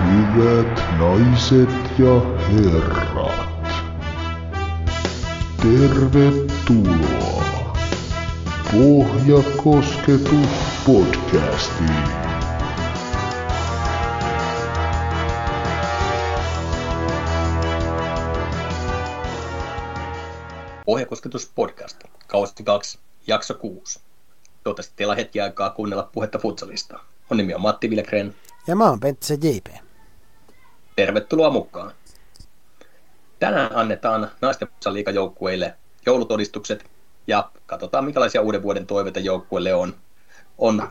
Hyvät naiset ja herrat, tervetuloa Pohjakosketus-podcastiin. Pohjakosketus-podcast, kausi 2, jakso 6. Toivottavasti teillä on hetki aikaa kuunnella puhetta futsalista. Mun nimi on Matti Vilgren. Ja mä oon Penttisen JP. Tervetuloa mukaan. Tänään annetaan naisten futsal-liigajoukkueille joulutodistukset ja katsotaan minkälaisia uuden vuoden toiveita joukkueille on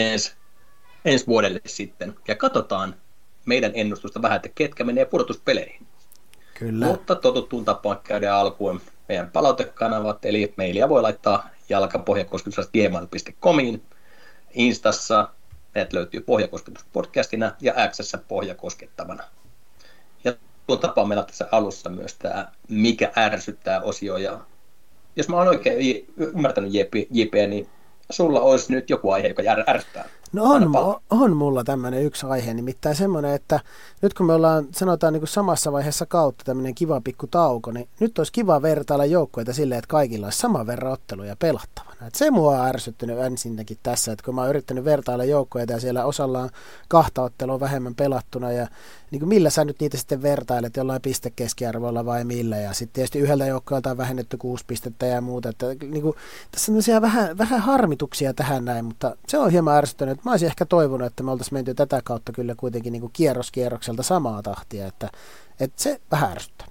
ensi vuodelle sitten. Ja katsotaan meidän ennustusta vähän, että ketkä menee pudotuspeleihin. Kyllä. Mutta totuttuun tapaan käydään alkuun meidän palautekanavat, eli mailia voi laittaa jalkapohjakosketus@gmail.comiin. Instassa meidät löytyy Pohjakosketus-podcastina ja X:ssä Pohjakoskettavana. Ja tuon tapaan meillä on tässä alussa myös tämä mikä ärsyttää -osio. Ja jos mä oon oikein ymmärtänyt JP, niin sulla olisi nyt joku aihe, joka ärsyttää. No on mulla tämmöinen yksi aihe, nimittäin semmoinen, että nyt kun me ollaan, sanotaan niin kuin samassa vaiheessa kautta tämmöinen kiva pikku tauko, niin nyt olisi kiva vertailla joukkueita silleen, että kaikilla olisi saman verran otteluja pelattavana. Et se mua on ärsyttänyt ensinnäkin tässä, että kun mä oon yrittänyt vertailla joukkueita ja siellä osalla on 2 ottelua vähemmän pelattuna ja niin kuin millä sä nyt niitä sitten vertailet, jollain pistekeskiarvoilla vai millä, ja sitten tietysti yhdeltä joukkueelta on vähennetty 6 pistettä ja muuta, että niin kuin, tässä on vähän harmituksia tähän näin, mutta se on hieman ärsyttänyt. Mä olisin ehkä toivonut, että me oltaisiin menty tätä kautta kyllä kuitenkin niin kuin kierrokselta samaa tahtia, että se vähän ärsyttää.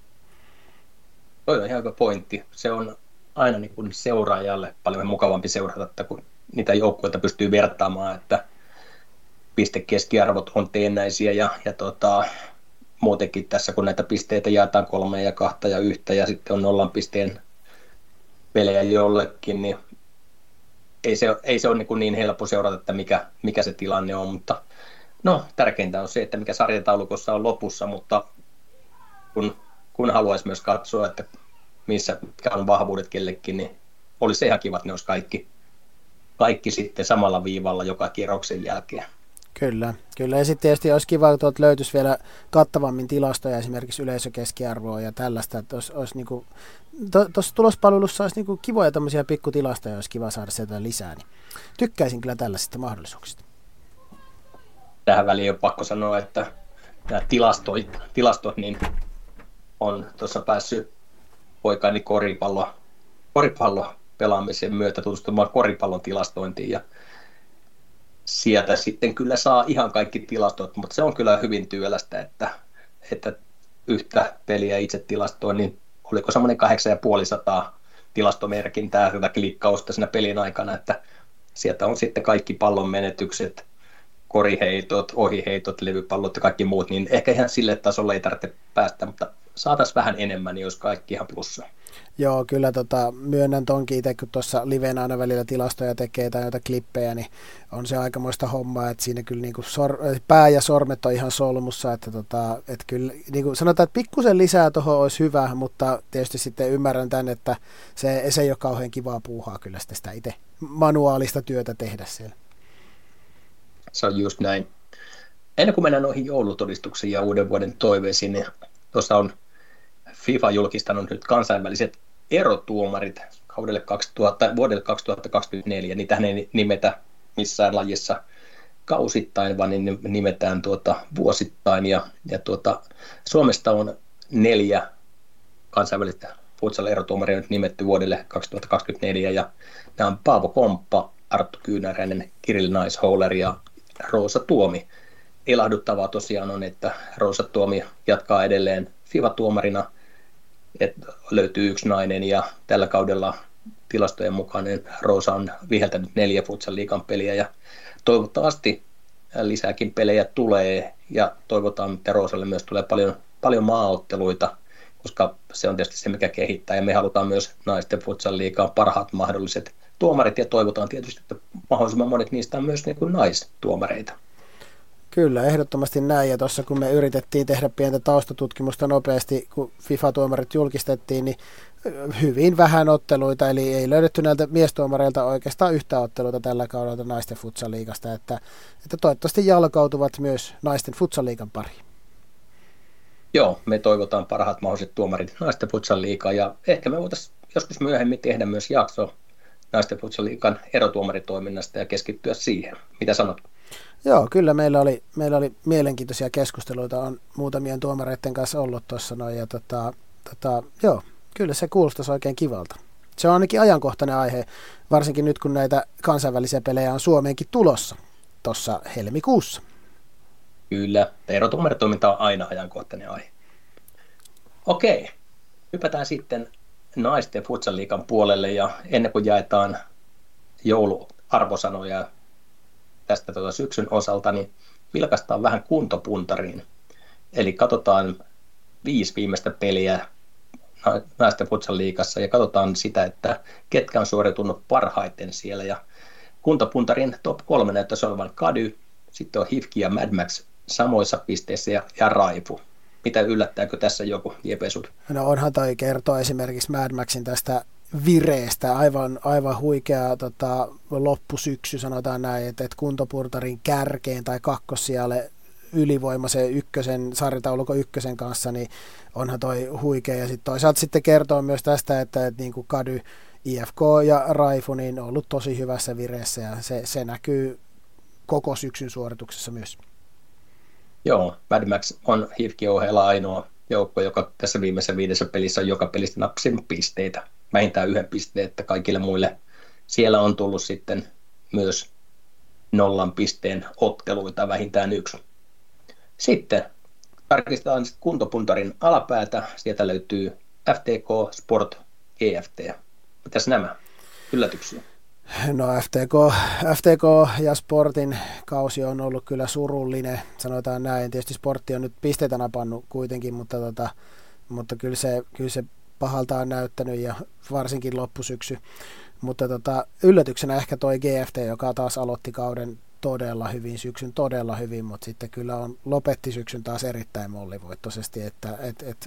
Toi on ihan hyvä pointti. Se on aina niin kuin seuraajalle paljon mukavampi seurata, että kun niitä joukkueita pystyy vertaamaan, että pistekeskiarvot on teennäisiä ja muutenkin tässä, kun näitä pisteitä jaetaan 3 ja 2 ja 1 ja sitten on 0 pisteen pelejä jollekin, niin ei se ole niin helppo seurata, että mikä se tilanne on, mutta no, tärkeintä on se, että mikä sarjataulukossa on lopussa, mutta kun haluaisi myös katsoa, että mitkä on vahvuudet kellekin, niin olisi ihan kiva, että ne olisi kaikki sitten samalla viivalla joka kierroksen jälkeen. Kyllä. Ja sitten tietysti olisi kiva, että tuolta löytyisi vielä kattavammin tilastoja, esimerkiksi yleisökeskiarvoa ja tällaista, että olisi niinku, tuossa tulospalvelussa olisi niinku kivoja tämmöisiä pikkutilastoja, olisi kiva saada sieltä lisää, niin tykkäisin kyllä tällaisista mahdollisuuksista. Tähän väliin on pakko sanoa, että nämä tilastot niin on tuossa päässyt poikani koripallo pelaamisen myötä tutustumaan koripallon tilastointiin ja sieltä sitten kyllä saa ihan kaikki tilastot, mutta se on kyllä hyvin työlästä, että yhtä peliä itse tilastoin, niin oliko semmoinen 850 tilastomerkintää, hyvä klikkausta siinä pelin aikana, että sieltä on sitten kaikki pallon menetykset, koriheitot, ohiheitot, levypallot ja kaikki muut, niin ehkä ihan sille tasolle ei tarvitse päästä, mutta saataisiin vähän enemmän, niin jos kaikki ihan plussa. Joo, kyllä myönnän tonkin itse, kun tuossa livenä aina välillä tilastoja tekee tai jotain klippejä, niin on se aikamoista hommaa, että siinä kyllä niinku pää ja sormet on ihan solmussa, että kyllä niinku sanotaan, että pikkusen lisää tuohon olisi hyvä, mutta tietysti sitten ymmärrän tämän, että se ei ole kauhean kivaa puuhaa kyllä sitä itse manuaalista työtä tehdä siellä. Se on just näin. Ennen kuin mennään noihin joulutodistuksiin ja uuden vuoden toiveisiin, niin tuossa on FIFA julkistanut nyt kansainväliset erotuomarit vuodelle 2024. Niitähän ei nimetä missään lajissa kausittain, vaan niin nimetään vuosittain. Ja Suomesta on 4 kansainvälistä futsal-erotuomaria nyt nimetty vuodelle 2024. Ja nämä on Paavo Komppa, Arttu Kyynäräinen, Kirill Naishouler ja Roosa Tuomi. Ilahduttavaa tosiaan on, että Roosa Tuomi jatkaa edelleen FIFA-tuomarina, että löytyy yksi nainen ja tällä kaudella tilastojen mukaan Roosa on viheltänyt 4 futsal-liigan peliä ja toivottavasti lisääkin pelejä tulee ja toivotaan, että Roosalle myös tulee paljon maaotteluita, koska se on tietysti se, mikä kehittää ja me halutaan myös naisten futsal-liigaan parhaat mahdolliset tuomarit ja toivotaan tietysti, että mahdollisimman monet niistä on myös niin kuin naistuomareita. Kyllä, ehdottomasti näin. Ja tuossa kun me yritettiin tehdä pientä taustatutkimusta nopeasti, kun FIFA-tuomarit julkistettiin, niin hyvin vähän otteluita, eli ei löydetty näiltä miestuomareilta oikeastaan yhtä otteluita tällä kaudella naisten futsaliigasta, että toivottavasti jalkautuvat myös naisten futsaliigan pariin. Joo, me toivotaan parhaat mahdolliset tuomarit naisten futsaliigaan, ja ehkä me voitaisiin joskus myöhemmin tehdä myös jakso naisten futsaliigan erotuomaritoiminnasta ja keskittyä siihen. Mitä sanot? Joo, kyllä meillä oli mielenkiintoisia keskusteluita, on muutamien tuomareiden kanssa ollut tuossa noin, ja joo, kyllä se kuulostaisi oikein kivalta. Se on ainakin ajankohtainen aihe, varsinkin nyt kun näitä kansainvälisiä pelejä on Suomeenkin tulossa tuossa helmikuussa. Kyllä, erotuomaritoiminta on aina ajankohtainen aihe. Okei, hypätään sitten naisten futsaliigan puolelle, ja ennen kuin jaetaan jouluarvosanoja tästä syksyn osalta, niin vilkaistaan vähän kuntopuntariin. Eli katsotaan 5 viimeistä peliä naisten futsaliigassa ja katsotaan sitä, että ketkä on suoritunut parhaiten siellä. Ja kuntopuntarin top 3 näyttäisi olevan Kady, sitten on HIFK ja Mad Max samoissa pisteissä ja Raifu. Mitä yllättääkö tässä joku, Jepe, sut? No onhan toi kertoo esimerkiksi Mad Maxin tästä vireestä, aivan huikea loppusyksy, sanotaan näin, että kuntopuntarin kärkeen tai kakkossijalle ylivoimaisen sarjataulukon ykkösen kanssa, niin onhan toi huikea. Ja sitten toisaalta sitten kertoo myös tästä, että niin kuin Kady, IFK ja Raifu niin on ollut tosi hyvässä vireessä, ja se näkyy koko syksyn suorituksessa myös. Joo, Mad Max on HIFKin ohella ainoa joukko, joka tässä viimeisessä 5 pelissä on joka pelistä napsinut pisteitä. Vähintään 1 pisteen, että kaikille muille siellä on tullut sitten myös 0 pisteen otteluita, vähintään 1. Sitten tarkistetaan kuntopuntarin alapäätä. Sieltä löytyy FTK, Sport, GFT. Mitäs nämä? Yllätyksiä? No FTK ja Sportin kausi on ollut kyllä surullinen, sanotaan näin. Tietysti Sportti on nyt pisteitä napannut kuitenkin, mutta kyllä se pahalta on näyttänyt, ja varsinkin loppusyksy. Mutta yllätyksenä ehkä toi GFT, joka taas aloitti kauden syksyn todella hyvin, mutta sitten kyllä lopetti syksyn taas erittäin mollivoittoisesti, että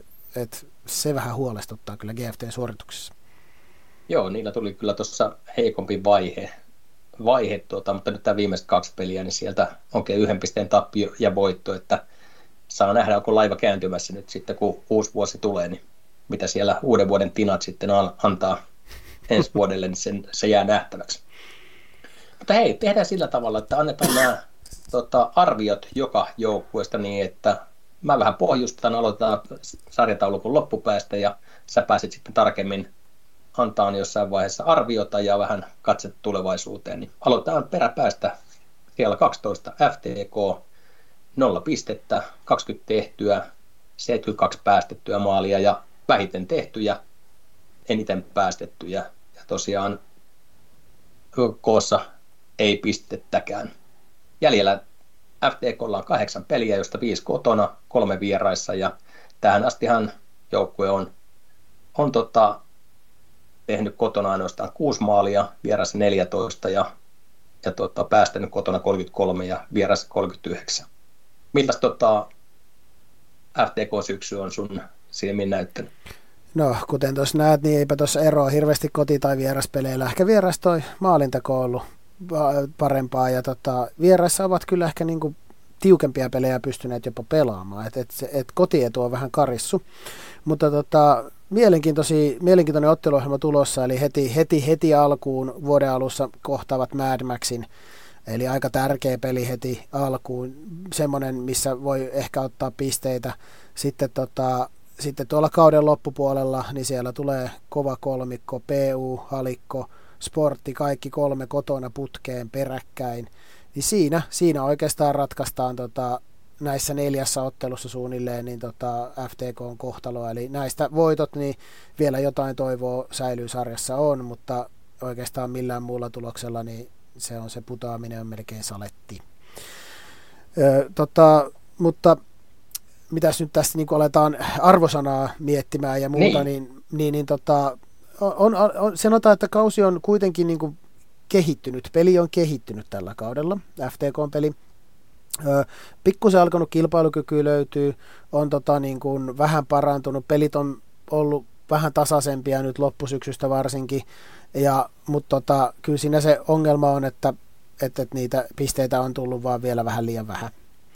se vähän huolestuttaa kyllä GFTn suorituksessa. Joo, niillä tuli kyllä tuossa heikompi vaihe mutta nyt tämä viimeiset 2 peliä, niin sieltä onkin 1 pisteen tappio ja voitto, että saa nähdä, onko laiva kääntymässä nyt sitten, kun uusi vuosi tulee, niin mitä siellä uuden vuoden tinat sitten antaa ensi vuodelle, niin se jää nähtäväksi. Mutta hei, tehdään sillä tavalla, että annetaan nämä arviot joka joukkueesta niin, että mä vähän pohjustan, aloitetaan sarjataulukon loppupäästä ja sä pääset sitten tarkemmin antaa jossain vaiheessa arviota ja vähän katse tulevaisuuteen. Niin aloitetaan peräpäästä siellä 12 FTK, 0 pistettä, 20 tehtyä, 72 päästettyä maalia ja vähiten tehtyjä, eniten päästettyjä. Ja tosiaan koossa ei pistettäkään. Jäljellä FTK:lla on 8 peliä, josta 5 kotona, 3 vieraissa, ja tähän astihan joukkue on tehnyt kotona ainoastaan 6 maalia, vieressä 14 ja päästänyt kotona 33 ja vieressä 39. Miltäs FTK-syksy on sun silmin näyttänyt? No, kuten tuossa näet, niin eipä tuossa eroa hirveästi koti- tai vieraspeleillä. Ehkä vieras toi maalintako on ollut parempaa, ja vieressä ovat kyllä ehkä niinku tiukempia pelejä pystyneet jopa pelaamaan, et kotietu on vähän karissu, mutta mielenkiintoinen otteluohjelma tulossa, eli heti alkuun vuoden alussa kohtaavat Mad Maxin, eli aika tärkeä peli heti alkuun, semmoinen, missä voi ehkä ottaa pisteitä. Sitten tuolla kauden loppupuolella, niin siellä tulee kova kolmikko, PU, Halikko, Sportti, kaikki 3 kotona putkeen peräkkäin. Niin siinä oikeastaan ratkaistaan näissä 4 ottelussa suunnilleen niin FTK:n kohtalo. Eli näistä voitot, niin vielä jotain toivoa säilyy sarjassa on, mutta oikeastaan millään muulla tuloksella niin se putoaminen on melkein saletti. Mutta mitäs nyt tässä niin aletaan arvosanaa miettimään ja muuta, niin sanotaan, että kausi on kuitenkin niin kuin kehittynyt. Peli on kehittynyt tällä kaudella, FTK:n peli. Pikkusen alkanut kilpailukyky löytyy, on niin kuin vähän parantunut, pelit on ollut vähän tasaisempia nyt loppusyksystä varsinkin, mutta kyllä siinä se ongelma on, että niitä pisteitä on tullut vaan vielä vähän liian vähän.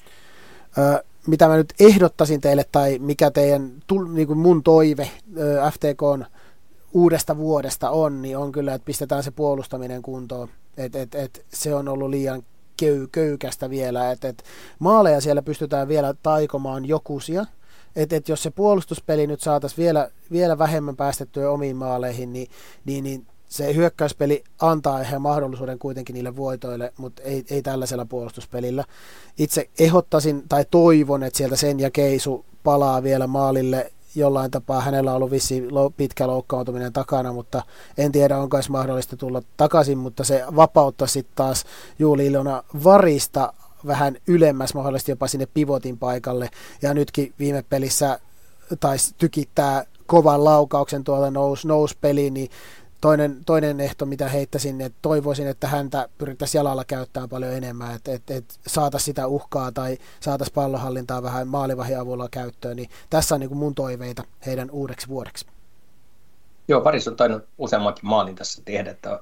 Mitä mä nyt ehdottaisin teille, tai mikä teidän niin kuin mun toive FTK:n uudesta vuodesta on, niin on kyllä, että pistetään se puolustaminen kuntoon. Se on ollut liian köykästä vielä. Maaleja siellä pystytään vielä taikomaan jokusia. Jos se puolustuspeli nyt saataisiin vielä vähemmän päästettyä omiin maaleihin, niin se hyökkäyspeli antaa ihan mahdollisuuden kuitenkin niille voitoille, mutta ei tällaisella puolustuspelillä. Itse ehdottaisin tai toivon, että sieltä Sen ja Keisu palaa vielä maalille jollain tapaa. Hänellä on ollut vissiin pitkä loukkaantuminen takana, mutta en tiedä, onko edes mahdollista tulla takaisin, mutta se vapauttaa sitten taas Juuli-Ilona Varista vähän ylemmäs, mahdollisesti jopa sinne pivotin paikalle, ja nytkin viime pelissä taisi tykittää kovan laukauksen tuolta nousi peliin, niin toinen ehto, mitä heittäisin, että toivoisin, että häntä pyrittäisiin jalalla käyttämään paljon enemmän, että saataisiin sitä uhkaa tai saataisiin pallonhallintaa vähän maalivahdin avulla käyttöön, niin tässä on niin kuin mun toiveita heidän uudeksi vuodeksi. Joo, Paris on tainnut useammankin maalin tässä tehdä, että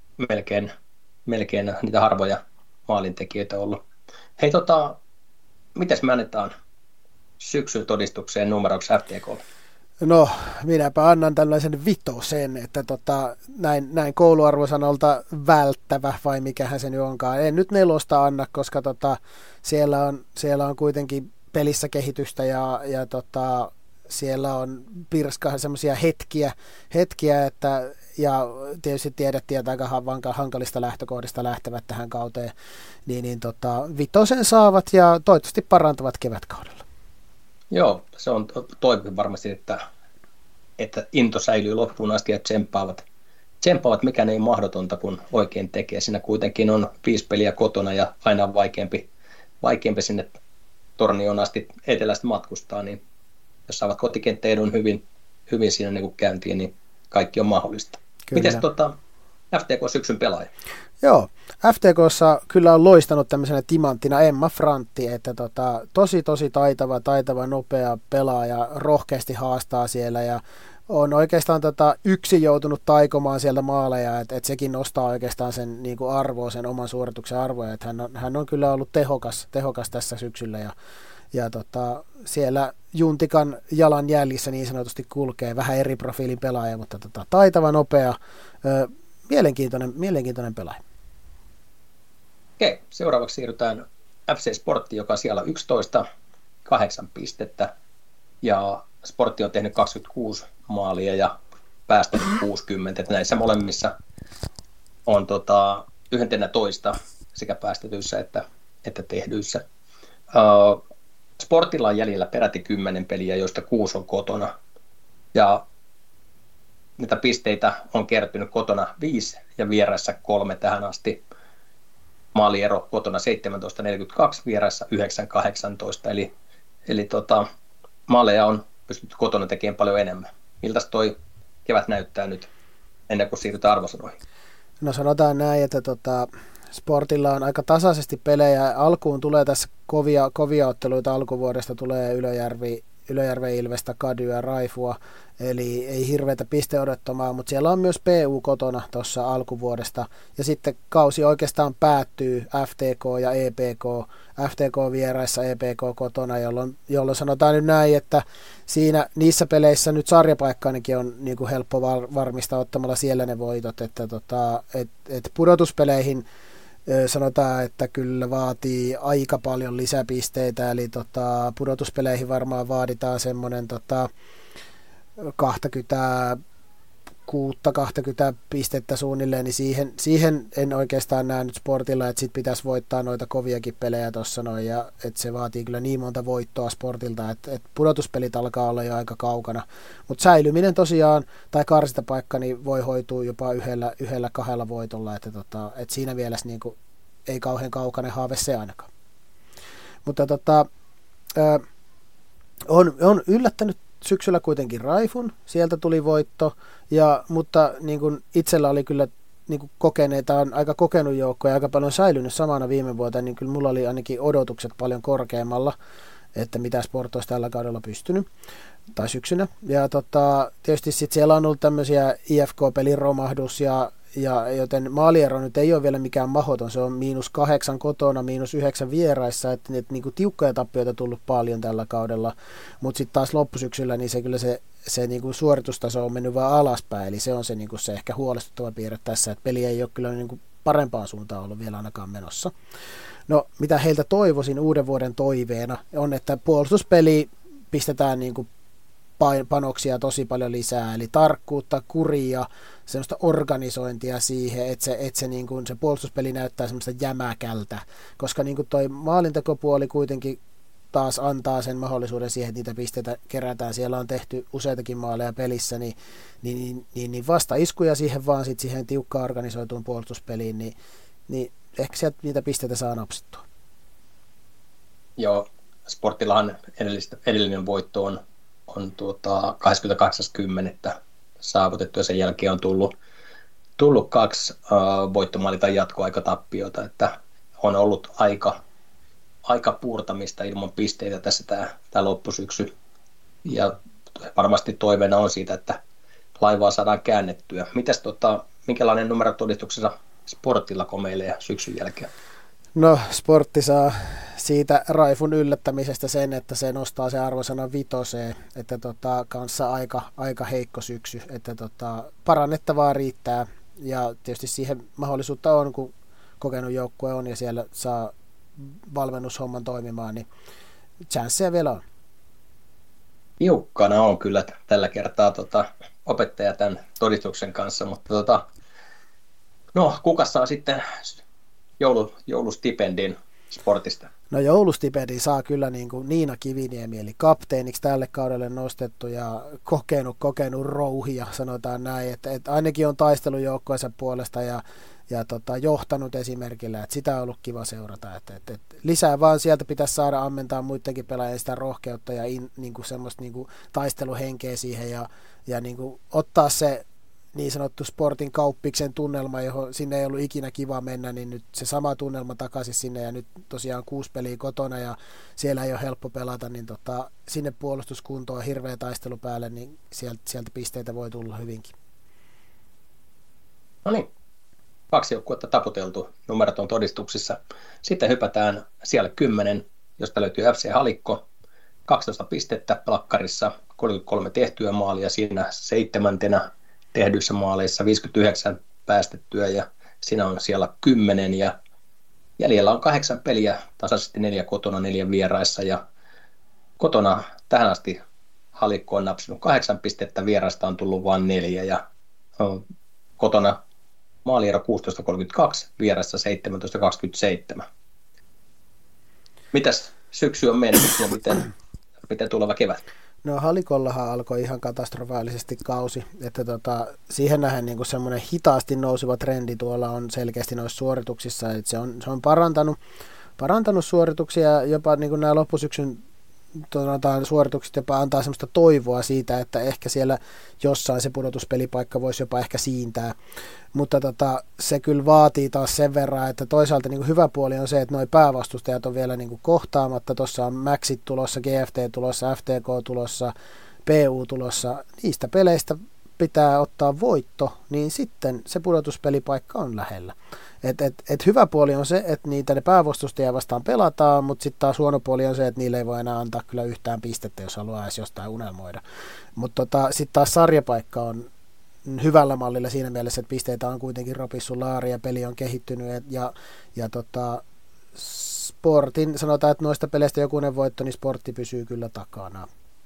melkein niitä harvoja maalintekijöitä on ollut. Hei, mites me annetaan syksyn todistukseen numeroksi FTK:lle? No, minäpä annan tällaisen vitosen, että näin kouluarvosanalta välttävä, vai mikähän se nyt onkaan. En nyt 4 anna, koska siellä on kuitenkin pelissä kehitystä ja siellä on pirskahan semmoisia hetkiä, että ja tietysti tiedettiin, että aika hankalista lähtökohdista lähtevät tähän kauteen, niin vitosen saavat ja toivottavasti parantavat kevätkaudella. Joo, se on toive varmasti, että into säilyy loppuun asti ja tsemppaavat, mikään ei mahdotonta, kun oikein tekee. Siinä kuitenkin on 5 peliä kotona ja aina on vaikeampi sinne Tornioon asti etelästä matkustaa, niin jos saavat kotikenttäedun hyvin siinä niin kuin käyntiin, niin kaikki on mahdollista. Kyllä. Mites FTK syksyn pelaaja? Joo, FTK:ssa kyllä on loistanut tämmöisenä timanttina Emma Frantti, että tosi taitava, nopea pelaaja, rohkeasti haastaa siellä ja on oikeastaan yksin joutunut taikomaan sieltä maaleja, että sekin nostaa oikeastaan sen niin kuin arvoa, sen oman suorituksen arvoa, että hän on kyllä ollut tehokas tässä syksyllä ja siellä Juntikan jalan jäljissä niin sanotusti kulkee, vähän eri profiilin pelaaja, mutta taitava, nopea, mielenkiintoinen pelaaja. Okei, seuraavaksi siirrytään FC Sporttiin, joka on siellä 11, 8 pistettä, ja Sportti on tehnyt 26 maalia ja päästänyt 60, että näissä molemmissa on 11 sekä päästetyissä että tehdyissä. Sportilla on jäljellä peräti 10 peliä, joista 6 on kotona, ja niitä pisteitä on kertynyt kotona 5 ja vieraissa 3 tähän asti. Maaliero kotona 17-42, vieraissa 9-18, eli maaleja on pystytty kotona tekemään paljon enemmän. Miltäs toi kevät näyttää nyt ennen kuin siirrytään arvosanoihin? No sanotaan näin, että Sportilla on aika tasaisesti pelejä. Alkuun tulee tässä kovia otteluita alkuvuodesta, tulee Ylöjärven Ilvestä, Kadyä, Raifua, eli ei hirveätä pisteodottamaa, mutta siellä on myös PU kotona tuossa alkuvuodesta, ja sitten kausi oikeastaan päättyy FTK ja EPK, FTK vieraissa, EPK kotona, jolloin sanotaan nyt näin, että niissä peleissä nyt sarjapaikkaanikin on niin kuin helppo varmistaa ottamalla siellä ne voitot, että pudotuspeleihin sanotaan, että kyllä vaatii aika paljon lisäpisteitä, eli pudotuspeleihin varmaan vaaditaan semmoinen 20 pistettä suunnilleen, niin siihen en oikeastaan näe nyt Sportilla, että sit pitäisi voittaa noita koviakin pelejä tuossa noin, ja että se vaatii kyllä niin monta voittoa Sportilta, että pudotuspelit alkaa olla jo aika kaukana, mutta säilyminen tosiaan, tai karsintapaikka, niin voi hoitua jopa yhdellä 2 voitolla, että siinä mielessä niin kuin, ei kauhean kaukainen haave se ainakaan. Mutta on yllättänyt syksyllä kuitenkin Raifun, sieltä tuli voitto, mutta niin kuin itsellä oli kyllä niin kuin kokeneita, on aika kokenut joukko ja aika paljon säilynyt samana viime vuoteen, niin kyllä mulla oli ainakin odotukset paljon korkeammalla, että mitä Sport olisi tällä kaudella pystynyt, tai syksynä. Ja tietysti sitten siellä on ollut tämmöisiä IFK-pelin romahdus, ja joten maaliero nyt ei ole vielä mikään mahdoton, se on -8 kotona, -9 vieraissa, että niin kuin tiukkoja tappioita tullut paljon tällä kaudella, mutta sitten taas loppusyksyllä niin se kyllä se niin kuin suoritustaso on mennyt vaan alaspäin, eli se on se, niin kuin se ehkä huolestuttava piirre tässä, että peli ei ole kyllä niin kuin parempaan suuntaan ollut vielä ainakaan menossa. No, mitä heiltä toivoisin uuden vuoden toiveena on, että puolustuspeli pistetään niin kuin panoksia tosi paljon lisää, eli tarkkuutta, kuria, semmoista organisointia siihen, että se, niin kuin se puolustuspeli näyttää semmoista jämäkältä, koska niin kuin toi maalintekopuoli kuitenkin taas antaa sen mahdollisuuden siihen, että niitä pisteitä kerätään. Siellä on tehty useitakin maaleja pelissä, niin vasta iskuja siihen vaan sit siihen tiukkaan organisoituun puolustuspeliin, niin ehkä sieltä niitä pisteitä saa napsittua. Sportillahan edellinen voitto on 28.10. saavutettu ja sen jälkeen on tullut 2 voittomaali- tai jatkoaikatappiota, että on ollut aika puurtamista ilman pisteitä tässä tämä loppusyksy. Ja varmasti toiveena on siitä, että laivaa saadaan käännettyä. Mitäs minkälainen numero todistuksessa Sportilla komeilee syksyn jälkeen? No, Sportti saa siitä Raifun yllättämisestä sen, että se nostaa se arvosana 5, että kanssa aika heikko syksy, että parannettavaa riittää ja tietysti siihen mahdollisuutta on, kun kokenut joukkue on ja siellä saa valmennushomman toimimaan, niin chanceja vielä on. Tiukkana on kyllä tällä kertaa opettaja tämän todistuksen kanssa, mutta kuka saa sitten joulustipendin Sportista? No joulustipendin saa kyllä niin kuin Niina Kiviniemi, eli kapteeniksi tälle kaudelle nostettu ja kokenut rouhia, sanotaan näin, että ainakin on taistelujoukkoensa puolesta ja johtanut esimerkillä, että sitä on ollut kiva seurata, että lisää vaan sieltä pitäisi saada ammentaa muidenkin pelaajien sitä rohkeutta ja niin kuin semmoista niin kuin taisteluhenkeä siihen ja niin kuin ottaa se niin sanottu Sportin kauppiksen tunnelma, johon sinne ei ollut ikinä kiva mennä, niin nyt se sama tunnelma takaisin sinne ja nyt tosiaan 6 peliä kotona ja siellä ei ole helppo pelata, niin sinne puolustuskuntoon hirveä taistelu päälle, niin sieltä pisteitä voi tulla hyvinkin. No niin, 2 joukkuetta taputeltu, numerot on todistuksissa. Sitten hypätään siellä 10, josta löytyy FC Halikko, 12 pistettä plakkarissa, 33 tehtyä maalia, siinä 7. tehdyissä maaleissa 59 päästettyä ja siinä on siellä 10 ja jäljellä on 8 peliä, tasaisesti 4 kotona, 4 vieraissa ja kotona tähän asti Halikko on napsinut 8 pistettä, vieraista on tullut vain 4 ja kotona maaliero 16.32, vieraissa 17.27. Mitäs syksy on mennyt ja miten tuleva kevät? No Halikollahan alkoi ihan katastrofaalisesti kausi, että siihen nähden niin semmoinen hitaasti nouseva trendi tuolla on selkeästi noissa suorituksissa, että se on parantanut suorituksia, jopa niin kuin nämä loppusyksyn suoritukset jopa antaa semmoista toivoa siitä, että ehkä siellä jossain se pudotuspelipaikka voisi jopa ehkä siintää, mutta se kyllä vaatii taas sen verran, että toisaalta niin kuin hyvä puoli on se, että nuo päävastustajat on vielä niin kuin kohtaamatta, tuossa on Maxit tulossa, GFT tulossa, FTK tulossa, PU tulossa, niistä peleistä pitää ottaa voitto, niin sitten se pudotuspelipaikka on lähellä. Et hyvä puoli on se, että niitä ne päävastustajia vastaan pelataan, mutta sitten taas huono puoli on se, että niille ei voi enää antaa kyllä yhtään pistettä, jos haluaa edes jostain unelmoida. Mutta sitten taas sarjapaikka on hyvällä mallilla siinä mielessä, että pisteitä on kuitenkin ropissu laari ja peli on kehittynyt ja Sportin, sanotaan, että noista peleistä jokunen voitto, niin Sportti pysyy kyllä takana.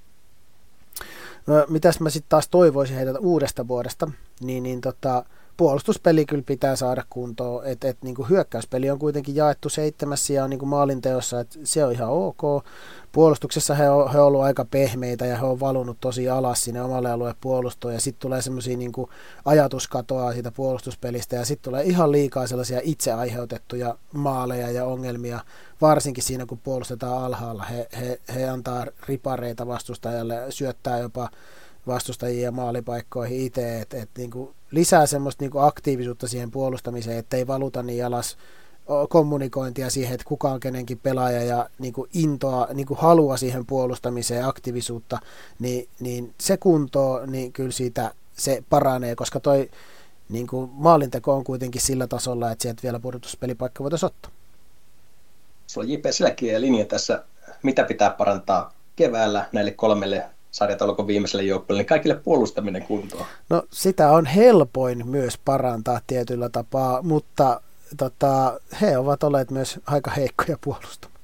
No, mitäs mä sitten taas toivoisin heitä uudesta vuodesta, niin puolustuspeli kyllä pitää saada kuntoon, että niinku hyökkäyspeli on kuitenkin jaettu 7 sijaan niinku maalinteossa, että se on ihan ok. Puolustuksessa he on ollut aika pehmeitä ja he on valunut tosi alas sinne omalle alueelle puolustoon ja sitten tulee semmoisia niinku ajatuskatoa siitä puolustuspelistä ja sitten tulee ihan liikaa sellaisia itse aiheutettuja maaleja ja ongelmia, varsinkin siinä kun puolustetaan alhaalla. He antaa ripareita vastustajalle, syöttää jopa vastustajia maalipaikkoihin itse, että niin kuin lisää semmoista niin kuin aktiivisuutta siihen puolustamiseen, ettei valuta niin alas kommunikointia siihen, että kuka on kenenkin pelaaja ja niin kuin intoa, niin kuin halua siihen puolustamiseen, aktiivisuutta, niin se kunto, niin kyllä siitä se paranee, koska toi niin kuin maalinteko on kuitenkin sillä tasolla, että sieltä vielä pudotuspelipaikka voitaisiin ottaa. Sulla on JP selkeä linja tässä, mitä pitää parantaa keväällä näille 3 sarjataulukon viimeiselle joukkueelle, niin kaikille puolustaminen kuntoon. No sitä on helpoin myös parantaa tietyllä tapaa, mutta he ovat olleet myös aika heikkoja puolustamaan.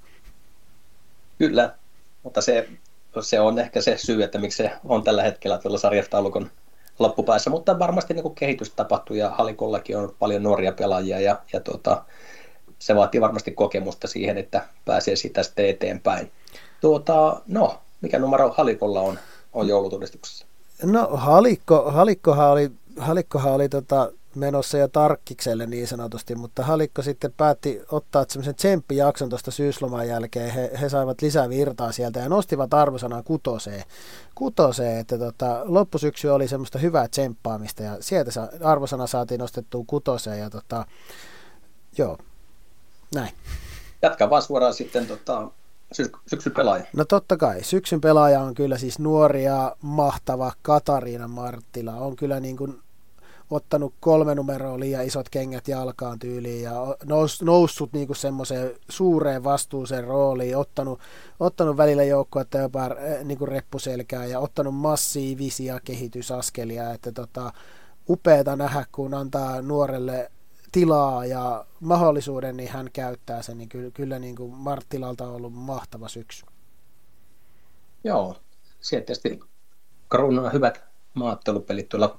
Kyllä, mutta se on ehkä se syy, että miksi se on tällä hetkellä tuolla sarjataulukon loppupäässä, mutta varmasti niin kuin kehitys tapahtuu ja Halikollakin on paljon nuoria pelaajia ja se vaatii varmasti kokemusta siihen, että pääsee sitä sitten eteenpäin. Mikä numero Halikolla on joulutodistuksessa? No Halikkohan oli menossa jo tarkkikselle niin sanotusti, mutta Halikko sitten päätti ottaa semmoisen tsemppijakson tuosta syysloman jälkeen. He saivat lisää virtaa sieltä ja nostivat arvosanan 6, että loppusyksy oli semmoista hyvää tsemppaamista ja sieltä arvosana saatiin nostettua 6 ja joo, näin. Jatka vaan suoraan sitten syksyn pelaaja. No totta kai. Syksyn pelaaja on kyllä siis nuori ja mahtava Katariina Marttila. On kyllä niin kuin ottanut 3 numeroa liian isot kengät jalkaan tyyliin ja noussut niin kuin semmoiseen suureen vastuuseen rooliin, ottanut välillä joukkuetta jopa niin kuin reppuselkää ja ottanut massiivisia kehitysaskelia. Että upeata nähdä, kun antaa nuorelle tilaa ja mahdollisuuden, niin hän käyttää sen, niin kyllä niin kuin Marttilalta on ollut mahtava syksy. Joo, siellä tietysti kruununa hyvät maattelupelit tuolla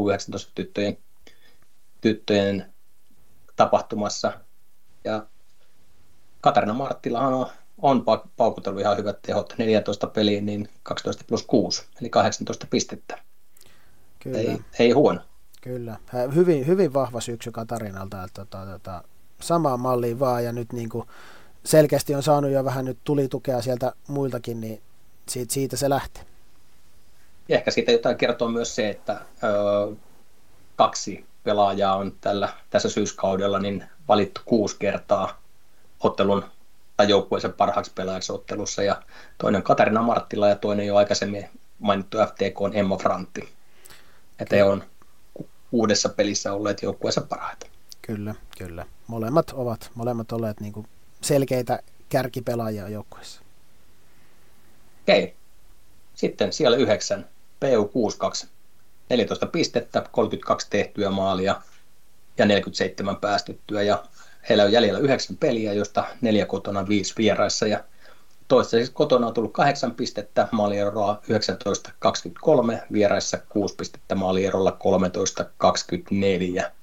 U19-tyttöjen tapahtumassa. Ja Katarina Marttilahan on paukutellut ihan hyvät tehot, 14 peliin, niin 12+6, eli 18 pistettä. Kyllä. Ei huono. Kyllä, hyvin, hyvin vahva syksy Katarinalta, että samaan malliin vaan ja nyt niin kuin selkeästi on saanut jo vähän nyt tulitukea sieltä muiltakin, niin siitä se lähtee. Ja ehkä siitä jotain kertoo myös se, että 2 pelaajaa on tässä syyskaudella niin valittu 6 kertaa ottelun tai joukkueeseen parhaaksi pelaajaksi ottelussa ja toinen Katarina Marttila ja toinen jo aikaisemmin mainittu FTK on Emma Frantti. Että he on 6 pelissä olleet joukkueessa parhaita. Kyllä. Molemmat olleet niin kuin selkeitä kärkipelaajia joukkueessa. Okei. Sitten siellä 9, PU62, 14 pistettä, 32 tehtyä maalia ja 47 päästettyä. Ja heillä on jäljellä 9 peliä, josta 4 kotona, 5 vieraissa. Ja toistaiseksi kotona on tullut 8 pistettä, maalierolla 19-23, vieraissa 6 pistettä, maalierolla 13-24.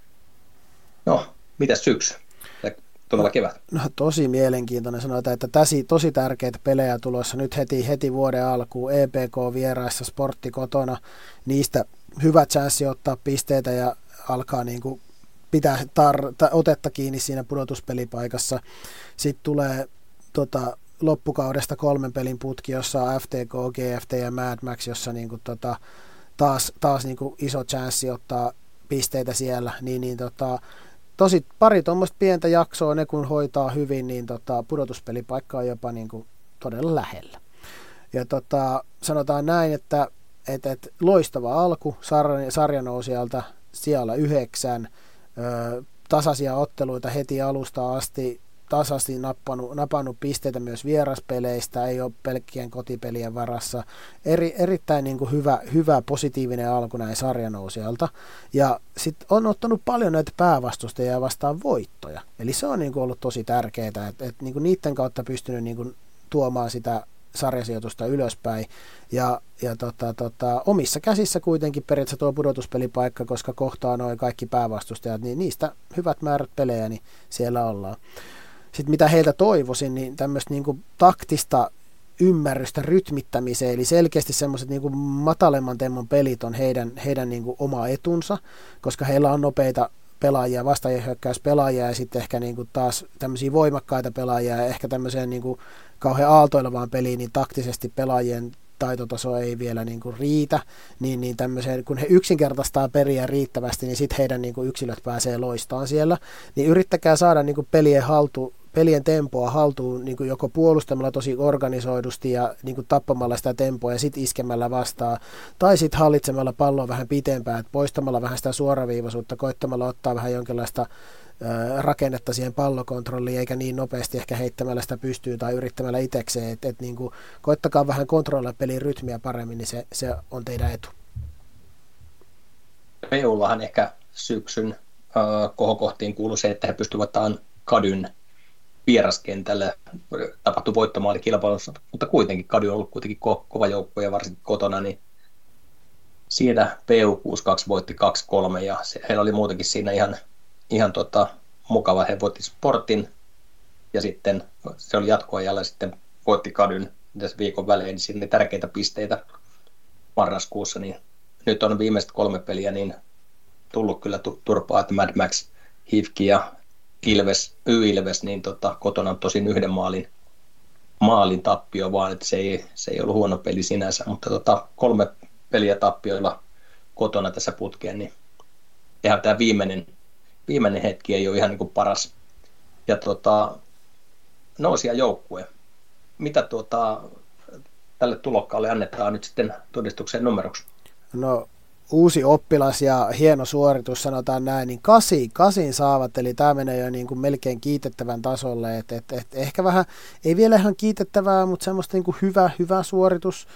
No, mitäs syksy? Tuleva kevät. No, tosi mielenkiintoinen. Sanotaan, että tosi tärkeitä pelejä tulossa nyt heti vuoden alkuun. EPK vieraissa, Sportti kotona. Niistä hyvä chanssi ottaa pisteitä ja alkaa niin kuin pitää otetta kiinni siinä pudotuspelipaikassa. Sitten tulee loppukaudesta 3 pelin putki, jossa on FTK, GFT ja Mad Max, jossa niin kuin taas niin kuin iso chanssi ottaa pisteitä siellä. Tosi pari tuommoista pientä jaksoa, ne kun hoitaa hyvin, niin pudotuspelipaikka on jopa niin kuin todella lähellä. Ja sanotaan näin, että loistava alku sarjanousijalta siellä 9, tasaisia otteluita heti alusta asti, tasaisesti napannut pisteitä myös vieraspeleistä, ei ole pelkkien kotipelien varassa. Erittäin niin kuin hyvä positiivinen alku näin sarjanousijalta. Ja sitten on ottanut paljon näitä päävastustajia vastaan voittoja. Eli se on niin kuin ollut tosi tärkeää, että niin kuin niiden kautta pystynyt niin kuin tuomaan sitä sarjasijoitusta ylöspäin. Ja omissa käsissä kuitenkin periaatteessa tuo pudotuspelipaikka, koska kohtaa noin kaikki päävastustajat, niin niistä hyvät määrät pelejä, niin siellä ollaan. Sitten mitä heiltä toivoisin, niin tämmöistä niin kuin taktista ymmärrystä rytmittämiseen, eli selkeästi semmoiset niin kuin matalemman temman pelit on heidän niin kuin oma etunsa, koska heillä on nopeita pelaajia, vastahyökkäyspelaajia ja sitten ehkä niin kuin taas tämmöisiä voimakkaita pelaajia ja ehkä tämmöiseen niin kuin kauhean aaltoilevaan peliin, niin taktisesti pelaajien taitotaso ei vielä niin kuin riitä, niin tämmöiseen, kun he yksinkertaistaa periä riittävästi, niin sitten heidän niin kuin yksilöt pääsee loistamaan siellä, niin yrittäkää saada niin kuin pelien tempoa haltuun niin kuin joko puolustamalla tosi organisoidusti ja niin kuin tappamalla sitä tempoa ja sitten iskemällä vastaan, tai sitten hallitsemalla palloa vähän pitempään, että poistamalla vähän sitä suoraviivaisuutta, koittamalla ottaa vähän jonkinlaista rakennetta siihen pallokontrolliin, eikä niin nopeasti ehkä heittämällä sitä pystyyn tai yrittämällä itsekseen, että niin kuin, koittakaa vähän kontrolloida pelin rytmiä paremmin, niin se on teidän etu. PUllahan ehkä syksyn kohokohtiin kuului se, että he pystyvät ottamaan Kadyn vieraskentälle. Tapahtui voittomaalikilpailussa, mutta kuitenkin Kady on ollut kuitenkin kova joukko ja varsinkin kotona, niin siinä PU 6-2 voitti 2-3 ja heillä oli muutenkin siinä ihan mukava. He voitti Sportin ja sitten se oli jatkoajalla ja sitten voitti Kadyn tässä viikon välein, niin siinä oli tärkeitä pisteitä marraskuussa, niin nyt on viimeiset 3 peliä niin tullut kyllä turpaa, että Mad Max, Hifki ja Ilves, niin kotona on tosin yhden maalin tappio vaan, että se ei ollut huono peli sinänsä, mutta 3 peliä tappioilla kotona tässä putkeen, niin ihan tämä viimeinen hetki ei ole ihan niin kuin paras. Ja nousia joukkue. Mitä tälle tulokkaalle annetaan nyt sitten todistuksen numeroksi? No uusi oppilas ja hieno suoritus, sanotaan näin, niin 8 saavat, eli tämä menee jo niin kuin melkein kiitettävän tasolle, et ehkä vähän, ei vielä ihan kiitettävää, mutta semmoista niin kuin hyvä suoritus.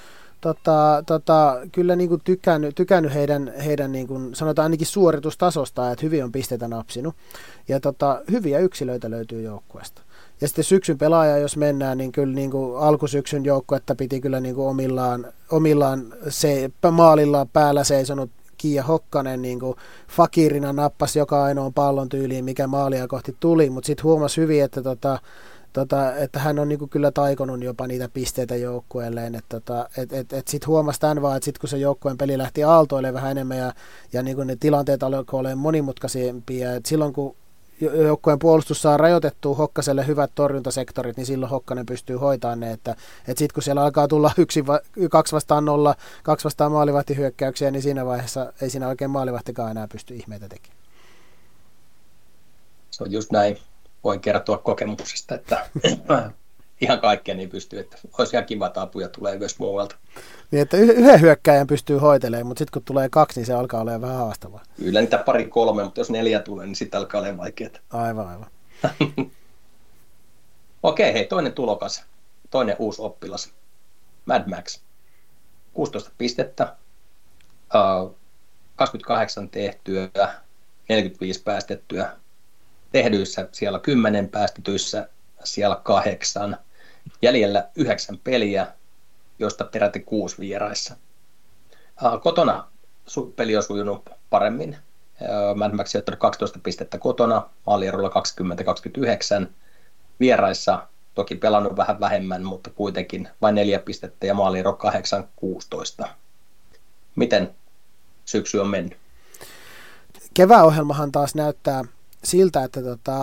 Kyllä niin kuin tykännyt heidän niin kuin, sanotaan ainakin suoritustasosta, että hyvin on pisteitä napsinut, ja hyviä yksilöitä löytyy joukkueesta. Ja sitten syksyn pelaaja, jos mennään, niin kyllä niin kuin alkusyksyn joukkuetta piti kyllä niin kuin omillaan se maalilla päällä seisonut Kiia Hokkanen niin kuin fakirina nappasi joka ainoan pallon tyyliin, mikä maalia kohti tuli, mutta sitten huomasi hyvin, että hän on niin kuin kyllä taikonut jopa niitä pisteitä joukkueelleen, että sitten huomasi tämän vaan, että sitten kun se joukkueen peli lähti aaltoille vähän enemmän ja niin kuin ne tilanteet alkoi olemaan monimutkaisempia, että silloin kun joukkueen puolustus saa rajoitettua Hokkaselle hyvät torjuntasektorit, niin silloin Hokkanen pystyy hoitamaan ne, että sitten kun siellä alkaa tulla 2 vastaan 0, 2 vastaan maalivahtihyökkäyksiä, niin siinä vaiheessa ei siinä oikein maalivahtikaan enää pysty ihmeitä tekemään. Se on just näin. Voin kertoa kokemuksesta, että ihan kaikkea niin pystyy, että olisi ihan kiva, että apuja tulee myös muualta. Niin, että yhden hyökkäjän pystyy hoitelemaan, mutta sitten kun tulee 2, niin se alkaa olla vähän haastavaa. Kyllä niitä 2-3, mutta jos 4 tulee, niin sitten alkaa olla vaikeaa. Aivan. Okei, hei, toinen tulokas, toinen uusi oppilas, Mad Max. 16 pistettä, 28 tehtyä, 45 päästettyä. Tehdyissä siellä 10, päästetyissä siellä 8. Jäljellä 9 peliä, joista peräti 6 vieraissa. Kotona peli on sujunut paremmin. Mad Max on ottanut 12 pistettä kotona, maalierolla 20-29. Vieraissa toki pelannut vähän vähemmän, mutta kuitenkin vain 4 pistettä ja maaliero 8-16. Miten syksy on mennyt? Keväohjelmahan taas näyttää siltä, että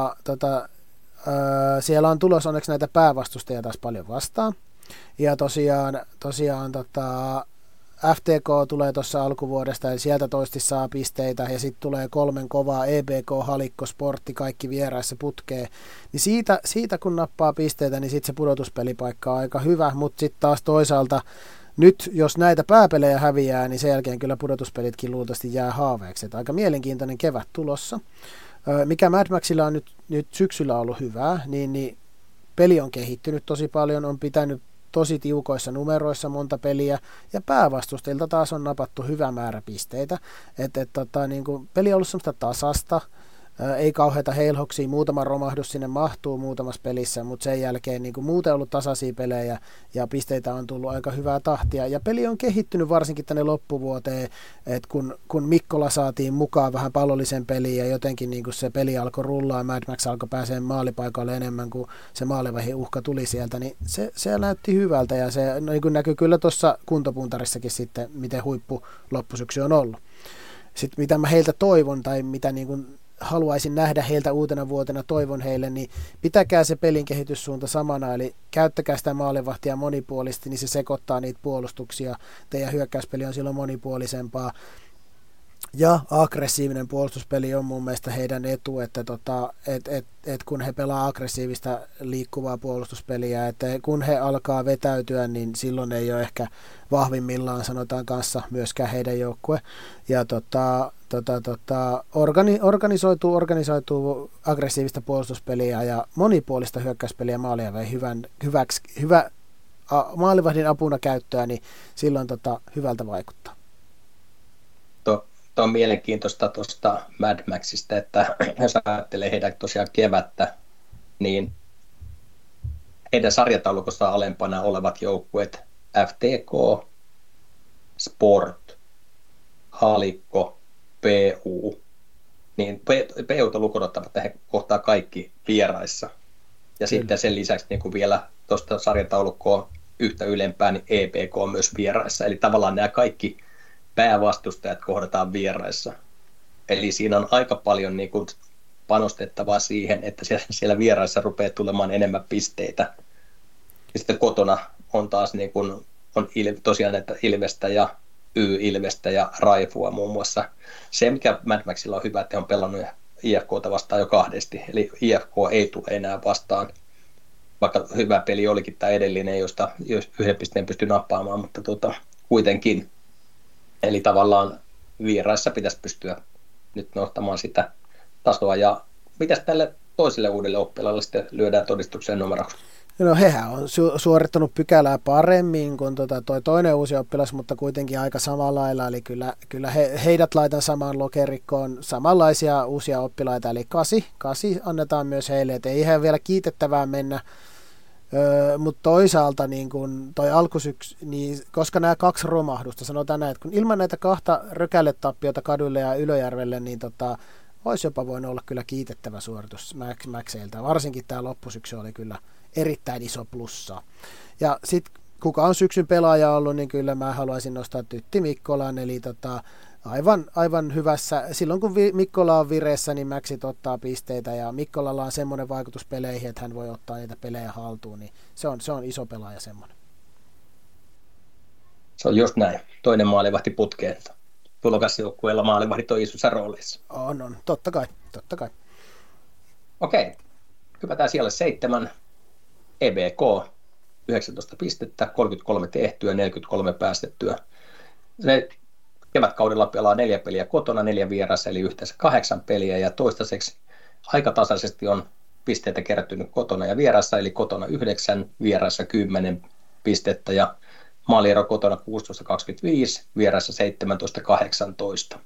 siellä on tulos onneksi näitä päävastustajia taas paljon vastaan. Ja tosiaan FTK tulee tuossa alkuvuodesta, ja sieltä toisti saa pisteitä, ja sitten tulee 3 kovaa EBK, Halikko, Sportti, kaikki vieraissa putkee. Niin siitä kun nappaa pisteitä, niin sitten se pudotuspelipaikka on aika hyvä, mutta sitten taas toisaalta nyt, jos näitä pääpelejä häviää, niin sen jälkeen kyllä pudotuspelitkin luultavasti jää haaveeksi. Että aika mielenkiintoinen kevät tulossa. Mikä Mad Maxilla on nyt syksyllä ollut hyvää, niin peli on kehittynyt tosi paljon, on pitänyt tosi tiukoissa numeroissa monta peliä, ja päävastustajilta taas on napattu hyvä määrä pisteitä. Niin kuin peli on ollut semmoista tasasta, ei kauheita heilhoksia, muutama romahdus sinne mahtuu muutamassa pelissä, mutta sen jälkeen niin kuin muuten on ollut tasaisia pelejä ja pisteitä on tullut aika hyvää tahtia. Ja peli on kehittynyt varsinkin tänne loppuvuoteen, että kun Mikkola saatiin mukaan vähän pallollisen peliin ja jotenkin niin kuin se peli alkoi rullaa ja Mad Max alkoi pääsee maalipaikalle enemmän kuin se maalivahin uhka tuli sieltä, niin se näytti hyvältä ja se niin kuin näkyy kyllä tuossa kuntopuntarissakin sitten, miten huippu loppusyksy on ollut. Sitten mitä mä heiltä toivon tai mitä niin kuin haluaisin nähdä heiltä uutena vuotena, toivon heille, niin pitäkää se pelin kehityssuunta samana, eli käyttäkää sitä maalivahtia monipuolisesti, niin se sekoittaa niitä puolustuksia, teidän hyökkäyspeli on silloin monipuolisempaa. Ja aggressiivinen puolustuspeli on mun mielestä heidän etu, että kun he pelaa aggressiivista liikkuvaa puolustuspeliä, että kun he alkaa vetäytyä, niin silloin ei ole ehkä vahvimmillaan, sanotaan kanssa, myöskään heidän joukkue. Ja organisoituu aggressiivista puolustuspeliä ja monipuolista hyökkäyspeliä maalivahdin apuna käyttöä, niin silloin hyvältä vaikuttaa. Tuo on mielenkiintoista tuosta Mad Maxista, että jos ajattelee heidän tosiaan kevättä, niin heidän sarjataulukossa alempana olevat joukkueet FTK, Sport, Halikko, PU, niin PUta lukuun ottamatta he kohtaa kaikki vieraissa. Ja sitten sen lisäksi niin kuin vielä tuosta sarjataulukkoa yhtä ylempää, niin EPK on myös vieraissa. Eli tavallaan nämä kaikki päävastustajat kohdataan vieraissa. Eli siinä on aika paljon niin kuin panostettavaa siihen, että siellä vieraissa rupeaa tulemaan enemmän pisteitä. Ja sitten kotona on taas niin kuin, tosiaan näitä Ilvestä ja Y-Ilvestä ja Raifua muun muassa. Se, mikä Mad Maxilla on hyvä, että he on pelannut IFK:ta vastaan jo kahdesti. Eli IFK ei tule enää vastaan, vaikka hyvä peli olikin tämä edellinen, josta yhden pisteen pystyi nappaamaan, mutta kuitenkin. Eli tavallaan vieraissa pitäisi pystyä nyt nostamaan sitä tasoa. Ja mitäs tälle toiselle uudelle oppilaalle sitten lyödään todistuksen numeroksi? No hehän on suorittanut pykälää paremmin kuin toi toinen uusi oppilas, mutta kuitenkin aika samalla lailla. Eli kyllä heidät laitan samaan lokerikkoon, samanlaisia uusia oppilaita, eli 8 annetaan myös heille. Et ei ihan vielä kiitettävää mennä. Mutta toisaalta niin kun toi alkusyksy, niin koska nämä 2 romahdusta, sanotaan näin, että kun ilman näitä 2 rökäletappiota Kadulle ja Ylöjärvelle, niin olisi jopa voinut olla kyllä kiitettävä suoritus Maxeilta. Varsinkin tämä loppusyksy oli kyllä erittäin iso plussa. Ja sitten kuka on syksyn pelaaja ollut, niin kyllä mä haluaisin nostaa Tytti Mikkolan, eli aivan hyvässä. Silloin kun Mikkola on vireessä, niin Maxit ottaa pisteitä ja Mikkolalla on semmoinen vaikutus peleihin, että hän voi ottaa niitä pelejä haltuun, niin se on iso pelaaja semmoinen. Se on just näin. Toinen maalivahti putkeen. Tulokasjoukkueella maalivahdit on isossa roolissa. On. Totta kai. Okei. Hypätään siellä 7. EBK. 19 pistettä, 33 tehtyä, 43 päästettyä. Ne kevätkaudella pelaa 4 peliä kotona, 4 vierassa, eli yhteensä 8 peliä, ja toistaiseksi aika tasaisesti on pisteitä kertynyt kotona ja vierassa, eli kotona 9, vierassa 10 pistettä, ja maaliero kotona 16-25, vierassa 17-18.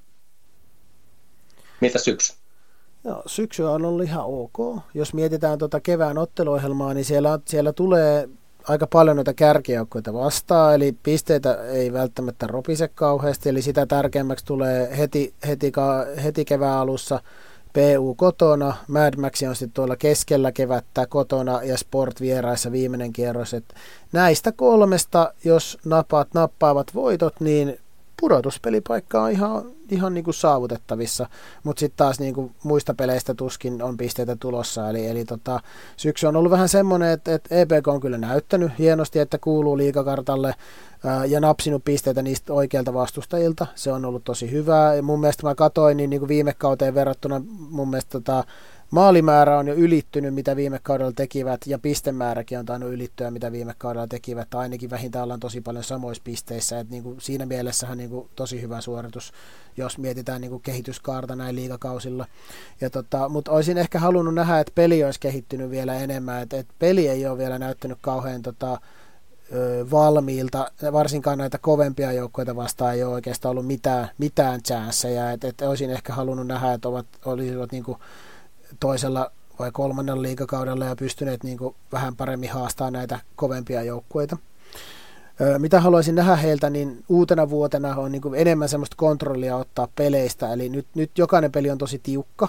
Mitä syksy? No, syksy on ollut ihan ok. Jos mietitään kevään otteluohjelmaa, niin siellä tulee aika paljon noita kärkijoukkoita vastaan, eli pisteitä ei välttämättä ropise kauheasti, eli sitä tärkeämmäksi tulee heti kevään alussa PU kotona, Mad Max on sitten tuolla keskellä kevättä kotona ja Sport vieraissa viimeinen kierros. Et näistä 3, jos nappaavat voitot, niin pudotuspelipaikka on ihan niin kuin saavutettavissa, mutta sitten taas niin kuin muista peleistä tuskin on pisteitä tulossa, eli syksy on ollut vähän semmoinen, että EPK on kyllä näyttänyt hienosti, että kuuluu liigakartalle ja napsinut pisteitä niistä oikeilta vastustajilta, se on ollut tosi hyvää, ja mun mielestä mä katsoin, niin kuin viime kauteen verrattuna mun mielestä maalimäärä on jo ylittynyt, mitä viime kaudella tekivät, ja pistemääräkin on tainnut ylittyä, mitä viime kaudella tekivät, tai ainakin vähintään ollaan tosi paljon samoissa pisteissä, että niin kuin siinä mielessähän niin kuin tosi hyvä suoritus, jos mietitään niin kuin kehityskaarta näin liigakausilla. Mutta olisin ehkä halunnut nähdä, että peli olisi kehittynyt vielä enemmän, että peli ei ole vielä näyttänyt kauhean valmiilta, varsinkaan näitä kovempia joukkoita vastaan ei ole oikeastaan ollut mitään chanceja, että olisin ehkä halunnut nähdä, että olisivat niin kuin toisella vai 3. liigakaudella ja pystyneet niin kuin vähän paremmin haastamaan näitä kovempia joukkueita. Mitä haluaisin nähdä heiltä, niin uutena vuotena on niin kuin enemmän semmoista kontrollia ottaa peleistä, eli nyt jokainen peli on tosi tiukka,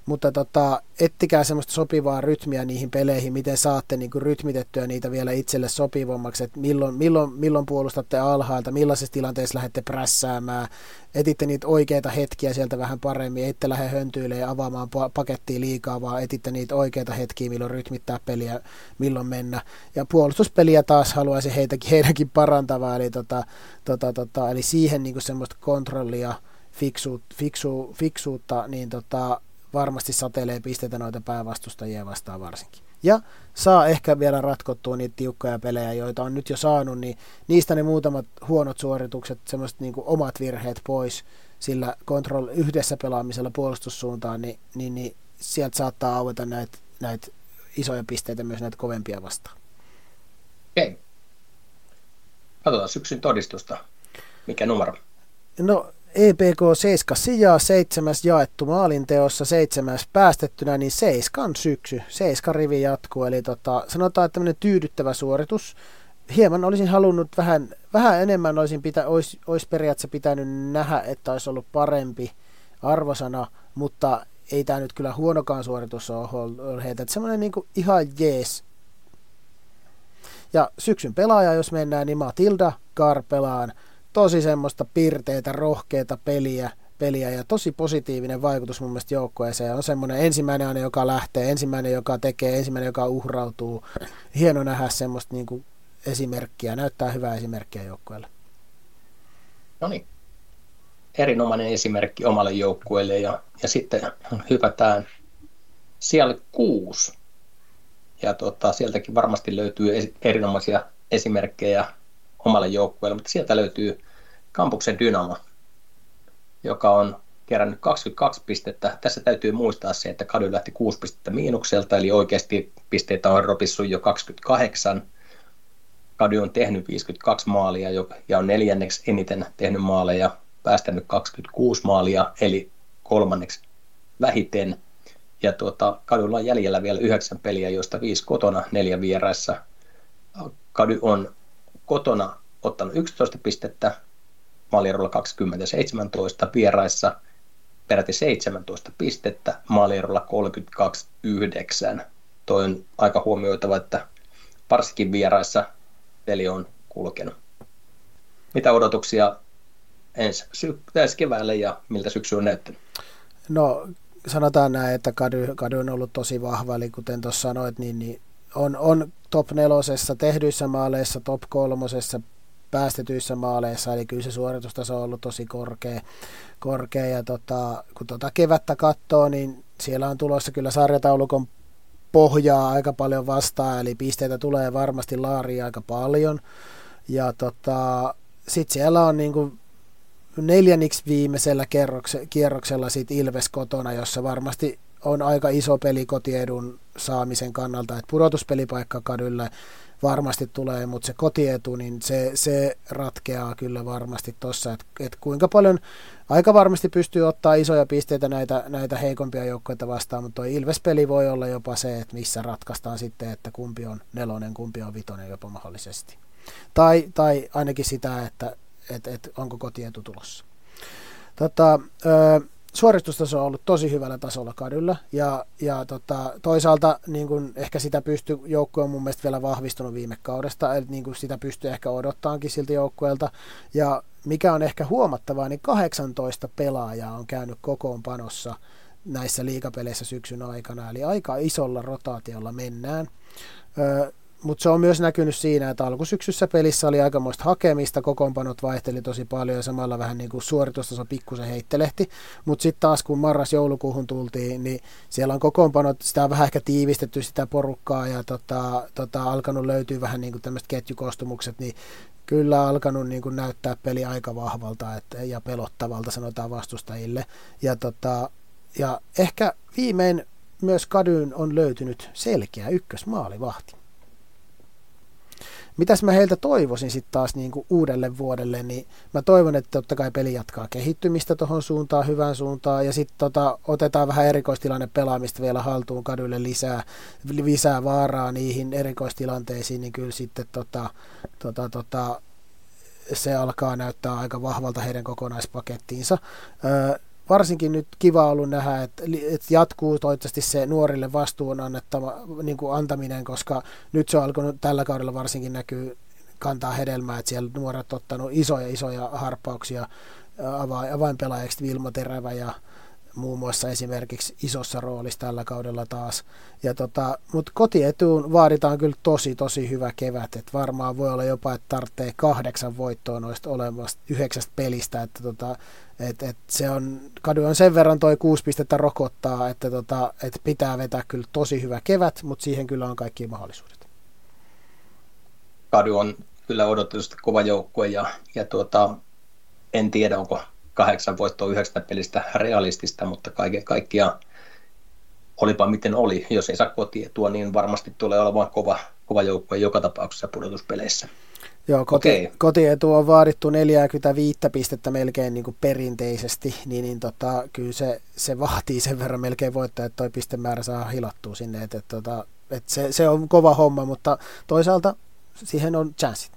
mutta ettikää semmoista sopivaa rytmiä niihin peleihin, miten saatte niin kuin rytmitettyä niitä vielä itselle sopivammaksi, että milloin puolustatte alhaalta, millaisessa tilanteessa lähdette prässäämään, etitte niitä oikeita hetkiä sieltä vähän paremmin, ette lähde höntyilemään ja avaamaan pakettia liikaa, vaan etitte niitä oikeita hetkiä, milloin rytmittää peliä, milloin mennä. Ja puolustuspeliä taas haluaisin heidänkin parantavaa, eli siihen niin kuin semmoista kontrollia, fiksuutta, niin varmasti satelee pisteitä noita päävastustajia vastaan varsinkin. Ja saa ehkä vielä ratkottua niitä tiukkoja pelejä, joita on nyt jo saanut, niin niistä ne muutamat huonot suoritukset, semmoiset niin kuin omat virheet pois sillä yhdessä pelaamisella puolustussuuntaan, niin sieltä saattaa aueta näitä isoja pisteitä myös näitä kovempia vastaan. Okei. Katsotaan syksyn todistusta. Mikä numero? No EPK 7 sijaa, 7 jaettu maalinteossa, 7 päästettynä, niin 7 syksy, 7 rivi jatkuu, eli sanotaan, että tämmöinen tyydyttävä suoritus. Hieman olisin halunnut vähän enemmän, olisi periaatteessa pitänyt nähdä, että olisi ollut parempi arvosana, mutta ei tämä nyt kyllä huonokaan suoritus ole heitä, että semmoinen niin kuin ihan jees. Ja syksyn pelaaja, jos mennään, niin Matilda Karpelaan. Tosi semmoista pirteitä, rohkeata peliä ja tosi positiivinen vaikutus mun mielestä joukkueeseen. On semmoinen ensimmäinen aina, joka lähtee, ensimmäinen, joka tekee, ensimmäinen, joka uhrautuu. Hieno nähdä semmoista niin kuin esimerkkiä, näyttää hyvää esimerkkiä joukkueelle. No niin, erinomainen esimerkki omalle joukkueelle ja sitten hypätään siellä 6. Ja sieltäkin varmasti löytyy erinomaisia esimerkkejä omalle joukkueelle, mutta sieltä löytyy Kampuksen Dynamo, joka on kerännyt 22 pistettä. Tässä täytyy muistaa se, että Kadu lähti 6 pistettä miinukselta, eli oikeasti pisteitä on ropissut jo 28. Kadu on tehnyt 52 maalia ja on 4. eniten tehnyt maaleja, päästänyt 26 maalia, eli 3. vähiten. Ja Kadulla on jäljellä vielä 9 peliä, joista 5 kotona, 4 vieraissa. Kadu on kotona ottanut 11 pistettä, maalierolla 20-17, vieraissa peräti 17 pistettä, maalierolla 32-9. Toi on aika huomioitava, että varsinkin vieraissa peli on kulkenut. Mitä odotuksia ensi keväälle ja miltä syksy on näyttänyt? No sanotaan näin, että Kadu on ollut tosi vahva, eli kuten tuossa sanoit, niin on top 4 tehdyissä maaleissa, top 3 päästetyissä maaleissa, eli kyllä se suoritustaso on ollut tosi korkea ja kun kevättä katsoo, niin siellä on tulossa kyllä sarjataulukon pohjaa aika paljon vastaan, eli pisteitä tulee varmasti laariin aika paljon, ja sitten siellä on niin kuin 4. viimeisellä kierroksella sit Ilves kotona, jossa varmasti on aika iso peli kotiedun saamisen kannalta, että pudotuspelipaikka Kadulle varmasti tulee, mutta se kotietu, niin se ratkeaa kyllä varmasti tuossa, että kuinka paljon aika varmasti pystyy ottaa isoja pisteitä näitä heikompia joukkoita vastaan, mutta tuo Ilves-peli voi olla jopa se, että missä ratkaistaan sitten, että kumpi on 4, kumpi on 5 jopa mahdollisesti. Tai ainakin sitä, että onko kotietu tulossa. Suoristustaso on ollut tosi hyvällä tasolla Kadulla ja toisaalta niin kun ehkä sitä joukkue on mun mielestä vielä vahvistunut viime kaudesta, eli niin kun sitä pystyy ehkä odottaankin siltä joukkueelta, ja mikä on ehkä huomattavaa, niin 18 pelaajaa on käynyt kokoonpanossa näissä liigapeleissä syksyn aikana, eli aika isolla rotaatiolla mennään. Mutta se on myös näkynyt siinä, että alkusyksyssä pelissä oli aikamoista hakemista, kokoonpanot vaihteli tosi paljon ja samalla vähän niin kuin suoritustaso pikkusen heittelehti, mutta sitten taas kun marras-joulukuuhun tultiin, niin siellä on kokoonpanot, sitä on vähän ehkä tiivistetty sitä porukkaa ja alkanut löytyä vähän niin kuin tämmöiset ketjukostumukset, niin kyllä alkanut niin kuin näyttää peli aika vahvalta ja pelottavalta sanotaan vastustajille. Ja ehkä viimein myös Kaduun on löytynyt selkeä ykkösmaalivahti. Mitäs mä heiltä toivoisin sitten taas niin kuin uudelle vuodelle, niin mä toivon, että totta kai peli jatkaa kehittymistä tuohon suuntaan, hyvään suuntaan, ja sitten otetaan vähän erikoistilanne pelaamista vielä haltuun Kadulle lisää vaaraa niihin erikoistilanteisiin, niin kyllä sitten se alkaa näyttää aika vahvalta heidän kokonaispakettiinsa. varsinkin nyt kiva ollut nähdä, että jatkuu toivottavasti se nuorille vastuun niin kuin antaminen, koska nyt se on alkanut tällä kaudella varsinkin näkyy kantaa hedelmää, että siellä nuoret on ottanut isoja harppauksia avainpelaajiksi Vilmo Terävä ja muun muassa esimerkiksi isossa roolissa tällä kaudella taas. Mutta kotietuun vaaditaan kyllä tosi hyvä kevät. Et varmaan voi olla jopa, että tarvitsee 8 voittoa noista olemasta 9 pelistä. Se on, Kadu on sen verran toi 6 pistettä rokottaa, että pitää vetää kyllä tosi hyvä kevät, mutta siihen kyllä on kaikki mahdollisuudet. Kadu on kyllä odotetusti kova joukkue ja en tiedä, onko 8 voittoa 9 pelistä realistista, mutta kaiken kaikkiaan olipa miten oli. Jos ei saa kotietua, niin varmasti tulee olemaan kova joukkue joka tapauksessa pudotuspeleissä. Joo, kotietu on vaadittu 45 pistettä melkein niin kuin perinteisesti, niin kyllä se vaatii sen verran melkein voittaa, että toi pistemäärä saa hilattua sinne. Se on kova homma, mutta toisaalta siihen on chanssit.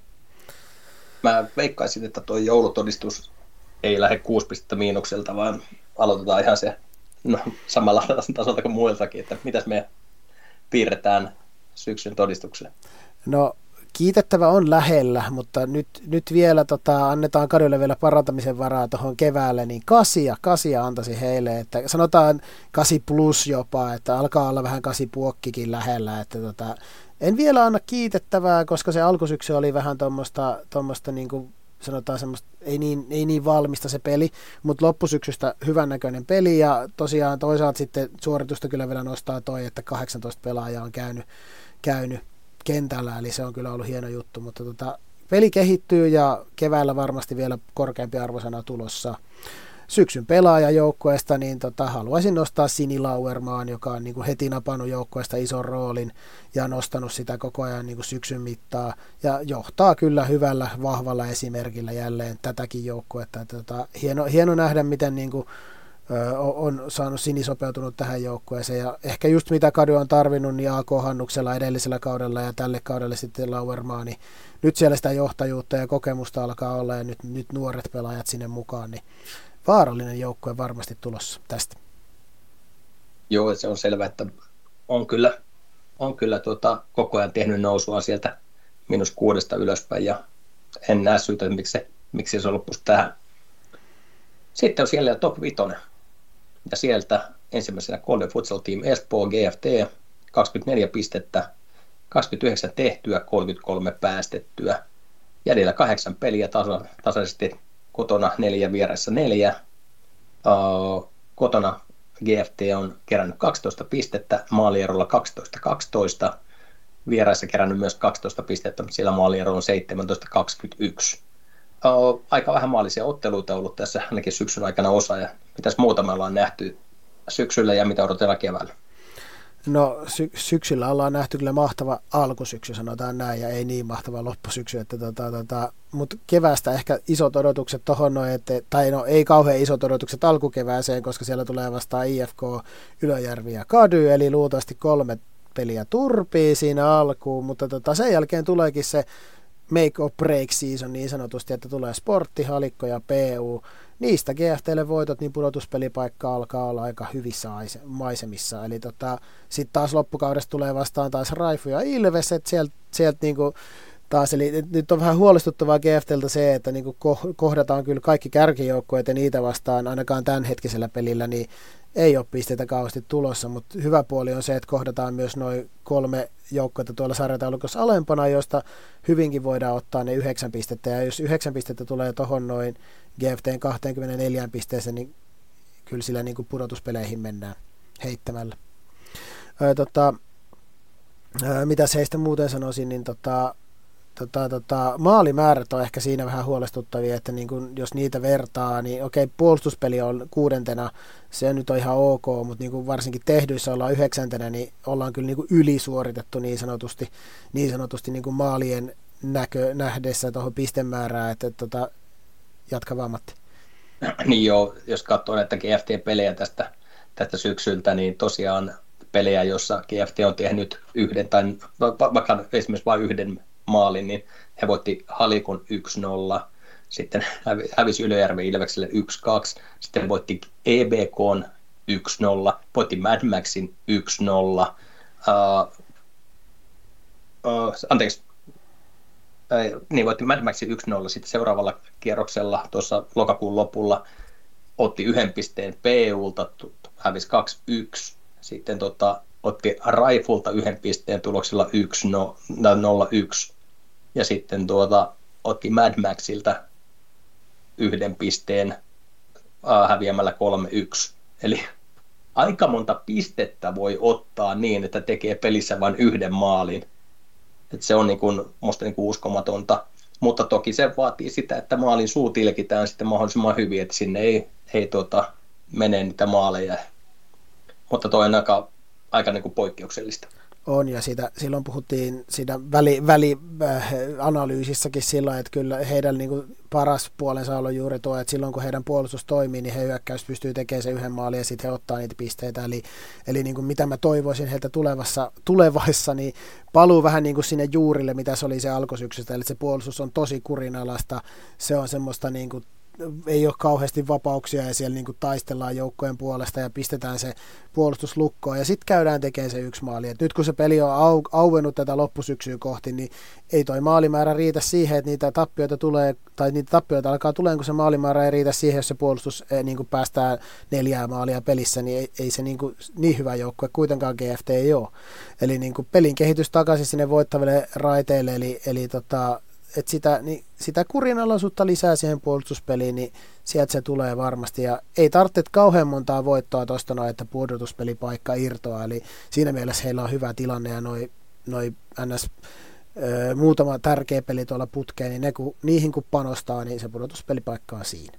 Mä veikkaisin, että tuo joulutodistus ei lähde 6 pistettä miinukselta, vaan aloitetaan ihan se samalla tasolta kuin muiltakin, että mitäs me piirretään syksyn todistukseen. No kiitettävä on lähellä, mutta nyt vielä annetaan Kadulle vielä parantamisen varaa tuohon keväälle, niin 8 antaisin heille, että sanotaan 8 plus jopa, että alkaa olla vähän 8 puokkikin lähellä, että en vielä anna kiitettävää, koska se alkusyksy oli vähän tuommoista niin kuin sanotaan semmoista, ei niin valmista se peli, mutta loppusyksystä hyvännäköinen peli ja tosiaan toisaalta sitten suoritusta kyllä vielä nostaa toi, että 18 pelaajaa on käynyt kentällä, eli se on kyllä ollut hieno juttu, mutta peli kehittyy ja keväällä varmasti vielä korkeampi arvosana tulossa. Syksyn pelaajajoukkueesta, niin haluaisin nostaa Sini Lauermaan, joka on niin kuin heti napannut joukkueesta ison roolin ja nostanut sitä koko ajan niin kuin syksyn mittaa ja johtaa kyllä hyvällä, vahvalla esimerkillä jälleen tätäkin joukkuetta. Hieno nähdä, miten niin kuin, on saanut Sini sopeutunut tähän joukkueeseen ja ehkä just mitä Kadu on tarvinnut, niin AK Hannuksella edellisellä kaudella ja tälle kaudelle sitten Lauermaa, niin nyt siellä sitä johtajuutta ja kokemusta alkaa olla ja nyt nuoret pelaajat sinne mukaan, niin vaarallinen joukkue varmasti tulossa tästä. Joo, se on selvä, että on kyllä koko ajan tehnyt nousua sieltä -6 ylöspäin ja en näe syytä, miksi se on loppuisi tähän. Sitten on siellä top 5 ja sieltä ensimmäisenä Golden Futsal Team Espoo GFT 24 pistettä, 29 tehtyä, 33 päästettyä. Jäljellä 8 peliä tasaisesti. Kotona 4, vieressä 4. Kotona GFT on kerännyt 12 pistettä, maalierolla 12-12. Vieraissa kerännyt myös 12 pistettä, mutta siellä maaliero on 17-21. Aika vähän maalisia otteluita ollut tässä ainakin syksyn aikana osa. Ja mitäs muuta me ollaan nähty syksyllä ja mitä odotellaan keväällä? No syksyllä ollaan nähty kyllä mahtava alkusyksy, sanotaan näin, ja ei niin mahtava loppusyksy, että mutta keväästä ehkä isot odotukset tohon ei kauhean isot odotukset alkukevääseen, koska siellä tulee vastaan IFK, Ylöjärvi ja Kady, eli luultavasti 3 peliä turpii siinä alkuun, mutta sen jälkeen tuleekin se make or break season niin sanotusti, että tulee Sportti, Halikko ja PU. Niistä GFT:lle voitot, niin pudotuspelipaikka alkaa olla aika hyvissä maisemissa. Eli sitten taas loppukaudesta tulee vastaan taas Raifu ja Ilves, että sieltä niinku taas, eli nyt on vähän huolestuttavaa GFT:ltä se, että niinku kohdataan kyllä kaikki kärkijoukkueet ja niitä vastaan ainakaan tämänhetkisellä pelillä, niin ei ole pisteitä kauheasti tulossa, mutta hyvä puoli on se, että kohdataan myös noin 3 joukkuetta tuolla sarjataulukossa alempana, joista hyvinkin voidaan ottaa ne 9 pistettä, ja jos 9 pistettä tulee tuohon noin GFT:n 24 pisteeseen, niin kyllä sillä niin kuin pudotuspeleihin mennään heittämällä. Mitäs heistä muuten sanoisin, niin maalimäärät on ehkä siinä vähän huolestuttavia, että niin kun, jos niitä vertaa, niin okei, puolustuspeli on 6, se nyt on ihan ok, mutta niin kun varsinkin tehdyissä ollaan 9, niin ollaan kyllä niin kun ylisuoritettu niin sanotusti niin kun maalien nähdessä tuohon pistemäärään, että jatka vaan, Matti. Niin joo, jos katsoo näitä GFT-pelejä tästä syksyltä, niin tosiaan pelejä, jossa GFT on tehnyt yhden tai vaikka esimerkiksi vain yhden maalin, niin he voitti Halikon 1-0. sitten hävisi Ylöjärven Ilvekselle 1-2, sitten voitti EBK:n 1-0, voitti Mad Maxin 1-0, niin voitti Mad Maxin 1-0, sitten seuraavalla kierroksella tuossa lokakuun lopulla otti 1 pisteen PUlta, hävisi 2-1, sitten otti Raifulta 1 pisteen tuloksella 0-1, ja sitten otti Mad Maxilta 1 pisteen häviämällä 3-1. Eli aika monta pistettä voi ottaa niin, että tekee pelissä vain 1 maalin. Et se on musta uskomatonta, mutta toki se vaatii sitä, että maalin suu tilkitään sitten mahdollisimman hyvin, että sinne ei mene niitä maaleja. Mutta toi on aika poikkeuksellista. On, ja silloin puhuttiin siinä välianalyysissäkin sillä, että kyllä heidän paras puolensa on juuri tuo, että silloin kun heidän puolustus toimii, niin he hyökkäys pystyy tekemään sen 1 maalin ja sitten he ottaa niitä pisteitä. Eli mitä mä toivoisin heiltä tulevassa, niin paluu vähän sinne juurille, mitä se oli se alkusyksystä. Eli se puolustus on tosi kurinalaista, se on semmoista ei ole kauheasti vapauksia ja siellä taistellaan joukkojen puolesta ja pistetään se puolustus lukkoon ja sitten käydään tekemään se 1 maali. Et nyt kun se peli on auennut tätä loppusyksyä kohti, niin ei toi maalimäärä riitä siihen, että niitä tappioita tulee, tai niitä tappioita alkaa tulemaan, kun se maalimäärä ei riitä siihen, jos se puolustus päästää 4 maalia pelissä, niin ei se niin hyvä joukkue kuitenkaan GFT ei ole. Eli pelin kehitys takaisin sinne voittaville raiteille, eli että sitä kurinalaisuutta lisää siihen puolustuspeliin, niin sieltä se tulee varmasti. Ja ei tarvitse kauhean montaa voittoa tuosta noin, että pudotuspelipaikka irtoaa. Eli siinä mielessä heillä on hyvä tilanne ja noi muutama tärkeä peli tuolla putkeen, niin niihin kun panostaa, niin se pudotuspelipaikka on siinä.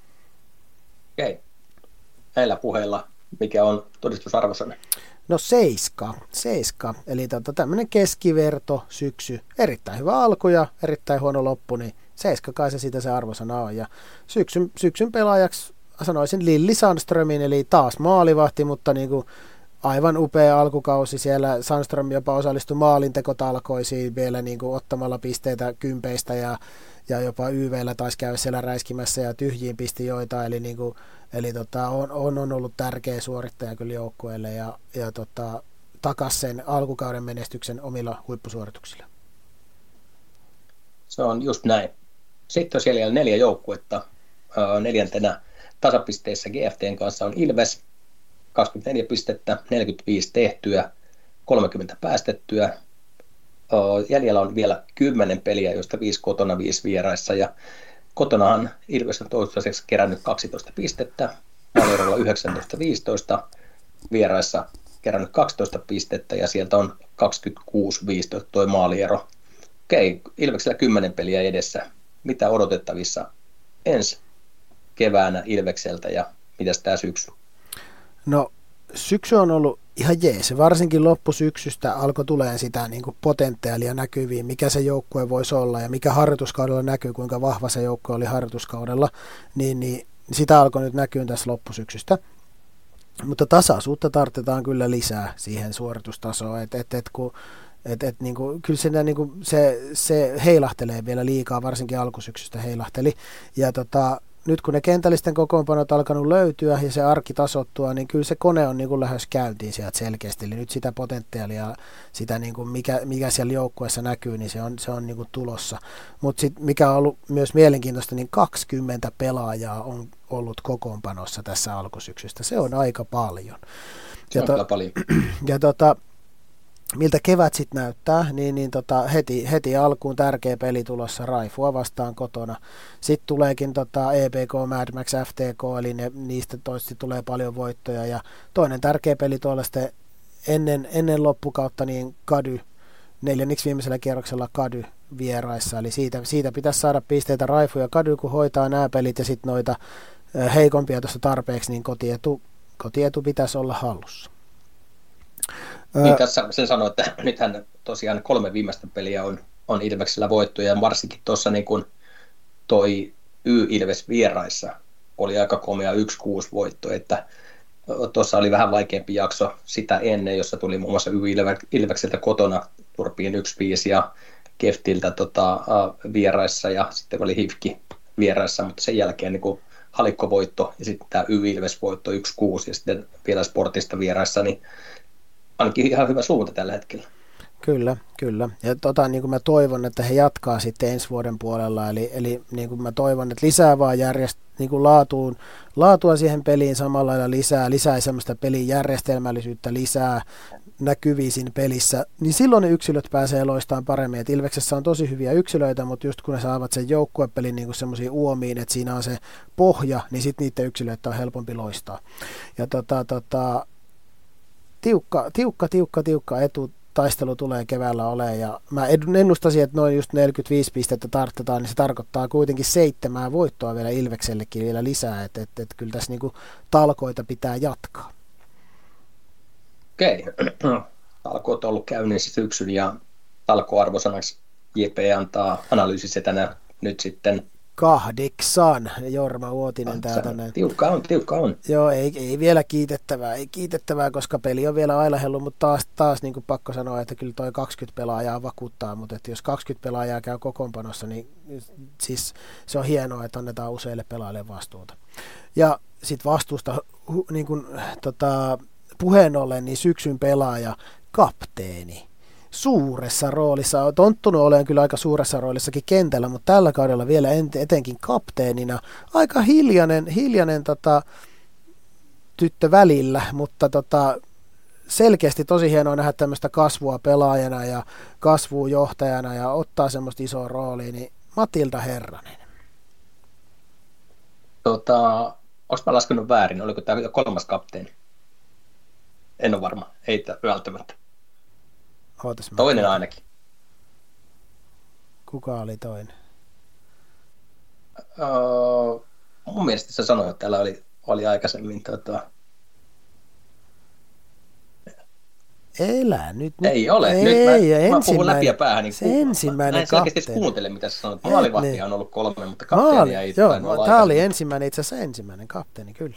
Okei. Näillä puheilla, mikä on todistusarvosanne? No 7. Eli tämmöinen keskiverto syksy. Erittäin hyvä alku ja erittäin huono loppu, niin 7 kai se siitä se arvosana on. Ja syksyn pelaajaksi sanoisin Lilli Sandströmin, eli taas maalivahti, mutta aivan upea alkukausi. Siellä Sandström jopa osallistui maalintekotalkoisiin vielä ottamalla pisteitä kympeistä ja jopa YV:llä taisi käydä siellä räiskimässä ja tyhjiin pisti joita, eli on ollut tärkeä suorittaja kyllä joukkueelle ja takas sen alkukauden menestyksen omilla huippusuorituksilla. Se on just näin. Sitten on siellä 4 joukkuetta. 4. tasapisteissä GFTn kanssa on Ilves, 24 pistettä, 45 tehtyä, 30 päästettyä. Jäljellä on vielä 10 peliä, joista 5 kotona, 5 vieraissa. Ja kotonahan Ilves on toistaiseksi kerännyt 12 pistettä, maalierolla 19-15, vieraissa kerännyt 12 pistettä ja sieltä on 26-15 tuo maaliero. Okei, Ilveksellä 10 peliä edessä. Mitä odotettavissa ensi keväänä Ilvekseltä ja mitäs tämä syksy? No syksy on ollut ihan jees. Varsinkin loppusyksystä alkoi tulemaan sitä potentiaalia näkyviin, mikä se joukkue voisi olla ja mikä harjoituskaudella näkyy, kuinka vahva se joukkue oli harjoituskaudella, niin sitä alkoi nyt näkyä tässä loppusyksystä. Mutta tasaisuutta tarvitaan kyllä lisää siihen suoritustasoon, kyllä se heilahtelee vielä liikaa, varsinkin alkusyksystä heilahteli. Ja nyt kun ne kentällisten kokoonpanot alkanut löytyä ja se arki tasoittua, niin kyllä se kone on lähes käyntiin sieltä selkeästi. Eli nyt sitä potentiaalia, sitä mikä siellä joukkueessa näkyy, niin se on tulossa. Mutta sitten mikä on ollut myös mielenkiintoista, niin 20 pelaajaa on ollut kokoonpanossa tässä alkusyksystä. Se on aika paljon. Se on aika paljon. Ja miltä kevät sitten näyttää, heti alkuun tärkeä peli tulossa Raifua vastaan kotona. Sitten tuleekin EPK, Mad Max, FTK, eli niistä toisesti tulee paljon voittoja. Ja toinen tärkeä peli tuolla sitten ennen loppukautta, niin Kady, 4. viimeisellä kierroksella Kady vieraissa. Eli siitä pitäisi saada pisteitä Raifu ja Kady, kun hoitaa nämä pelit ja sitten noita heikompia tuossa tarpeeksi, niin kotietu pitäisi olla hallussa. Niin tässä sen sanoi, että nythän tosiaan 3 viimeistä peliä on Ilveksellä voittoja, ja varsinkin tuossa toi Y-Ilves vieraissa oli aika komea 1-6 voitto, että tuossa oli vähän vaikeampi jakso sitä ennen, jossa tuli muun muassa Y-Ilvekseltä kotona turpiin 1-5 ja Keftiltä vieraissa, ja sitten oli HIFK vieraissa, mutta sen jälkeen niin halikkovoitto ja sitten tämä Y-Ilves-voitto 1-6 ja sitten vielä Sportista vieraissa, niin ainakin ihan hyvä suunta tällä hetkellä. Kyllä, kyllä. Ja niin kuin mä toivon, että he jatkaa sitten ensi vuoden puolella, eli niin kuin mä toivon, että lisää vaan niin kuin laatua siihen peliin samalla lailla lisää semmoista pelin järjestelmällisyyttä, lisää näkyviä siinä pelissä, niin silloin ne yksilöt pääsee loistamaan paremmin. Et Ilveksessä on tosi hyviä yksilöitä, mutta just kun ne saavat sen joukkuepelin niin semmoisiin uomiin, että siinä on se pohja, niin sitten niiden yksilöitä on helpompi loistaa. Ja tiukka etutaistelu tulee keväällä olemaan, ja mä ennustasin, että noin just 45 pistettä tarttetaan, niin se tarkoittaa kuitenkin 7 voittoa vielä Ilveksellekin vielä lisää, että kyllä tässä niinku talkoita pitää jatkaa. Okei. Talkoot on ollut käynnissä syksyn, ja talkoarvosanaksi JP antaa analyysisetänä nyt sitten 8, Jorma Uotinen täältä näin. Tiukka on. Joo, ei vielä kiitettävää, koska peli on vielä ailahellut, mutta taas niin kuin pakko sanoa, että kyllä toi 20 pelaajaa vakuuttaa, mutta että jos 20 pelaajaa käy kokoonpanossa, niin siis se on hienoa, että annetaan useille pelaajille vastuuta. Ja sitten vastuusta niin kuin, puheen ollen, niin syksyn pelaaja, kapteeni. Suuressa roolissa, on tonttunut olemaan kyllä aika suuressa roolissakin kentällä, mutta tällä kaudella vielä etenkin kapteenina. Aika hiljainen tyttö välillä, mutta selkeästi tosi hienoa nähdä tämmöistä kasvua pelaajana ja kasvua johtajana ja ottaa semmoista isoa roolia, niin Matilda Herranen. Onko mä laskenut väärin? Oliko tämä 3. kapteeni? En ole varma, ei välttämättä. Toinen ainakin. Kuka oli toinen? Mun mielestä sä sanoit, että täällä oli aikaisemmin Elä nyt. Ei ole. Nyt mä puhun läpi ja päähän. Niin se ensimmäinen kapteeni. Näin kuuntele, mitä sä sanoit. Maalivahtia on ollut 3, mutta kapteenia ei joo, tämä oli itse asiassa ensimmäinen kapteeni, kyllä.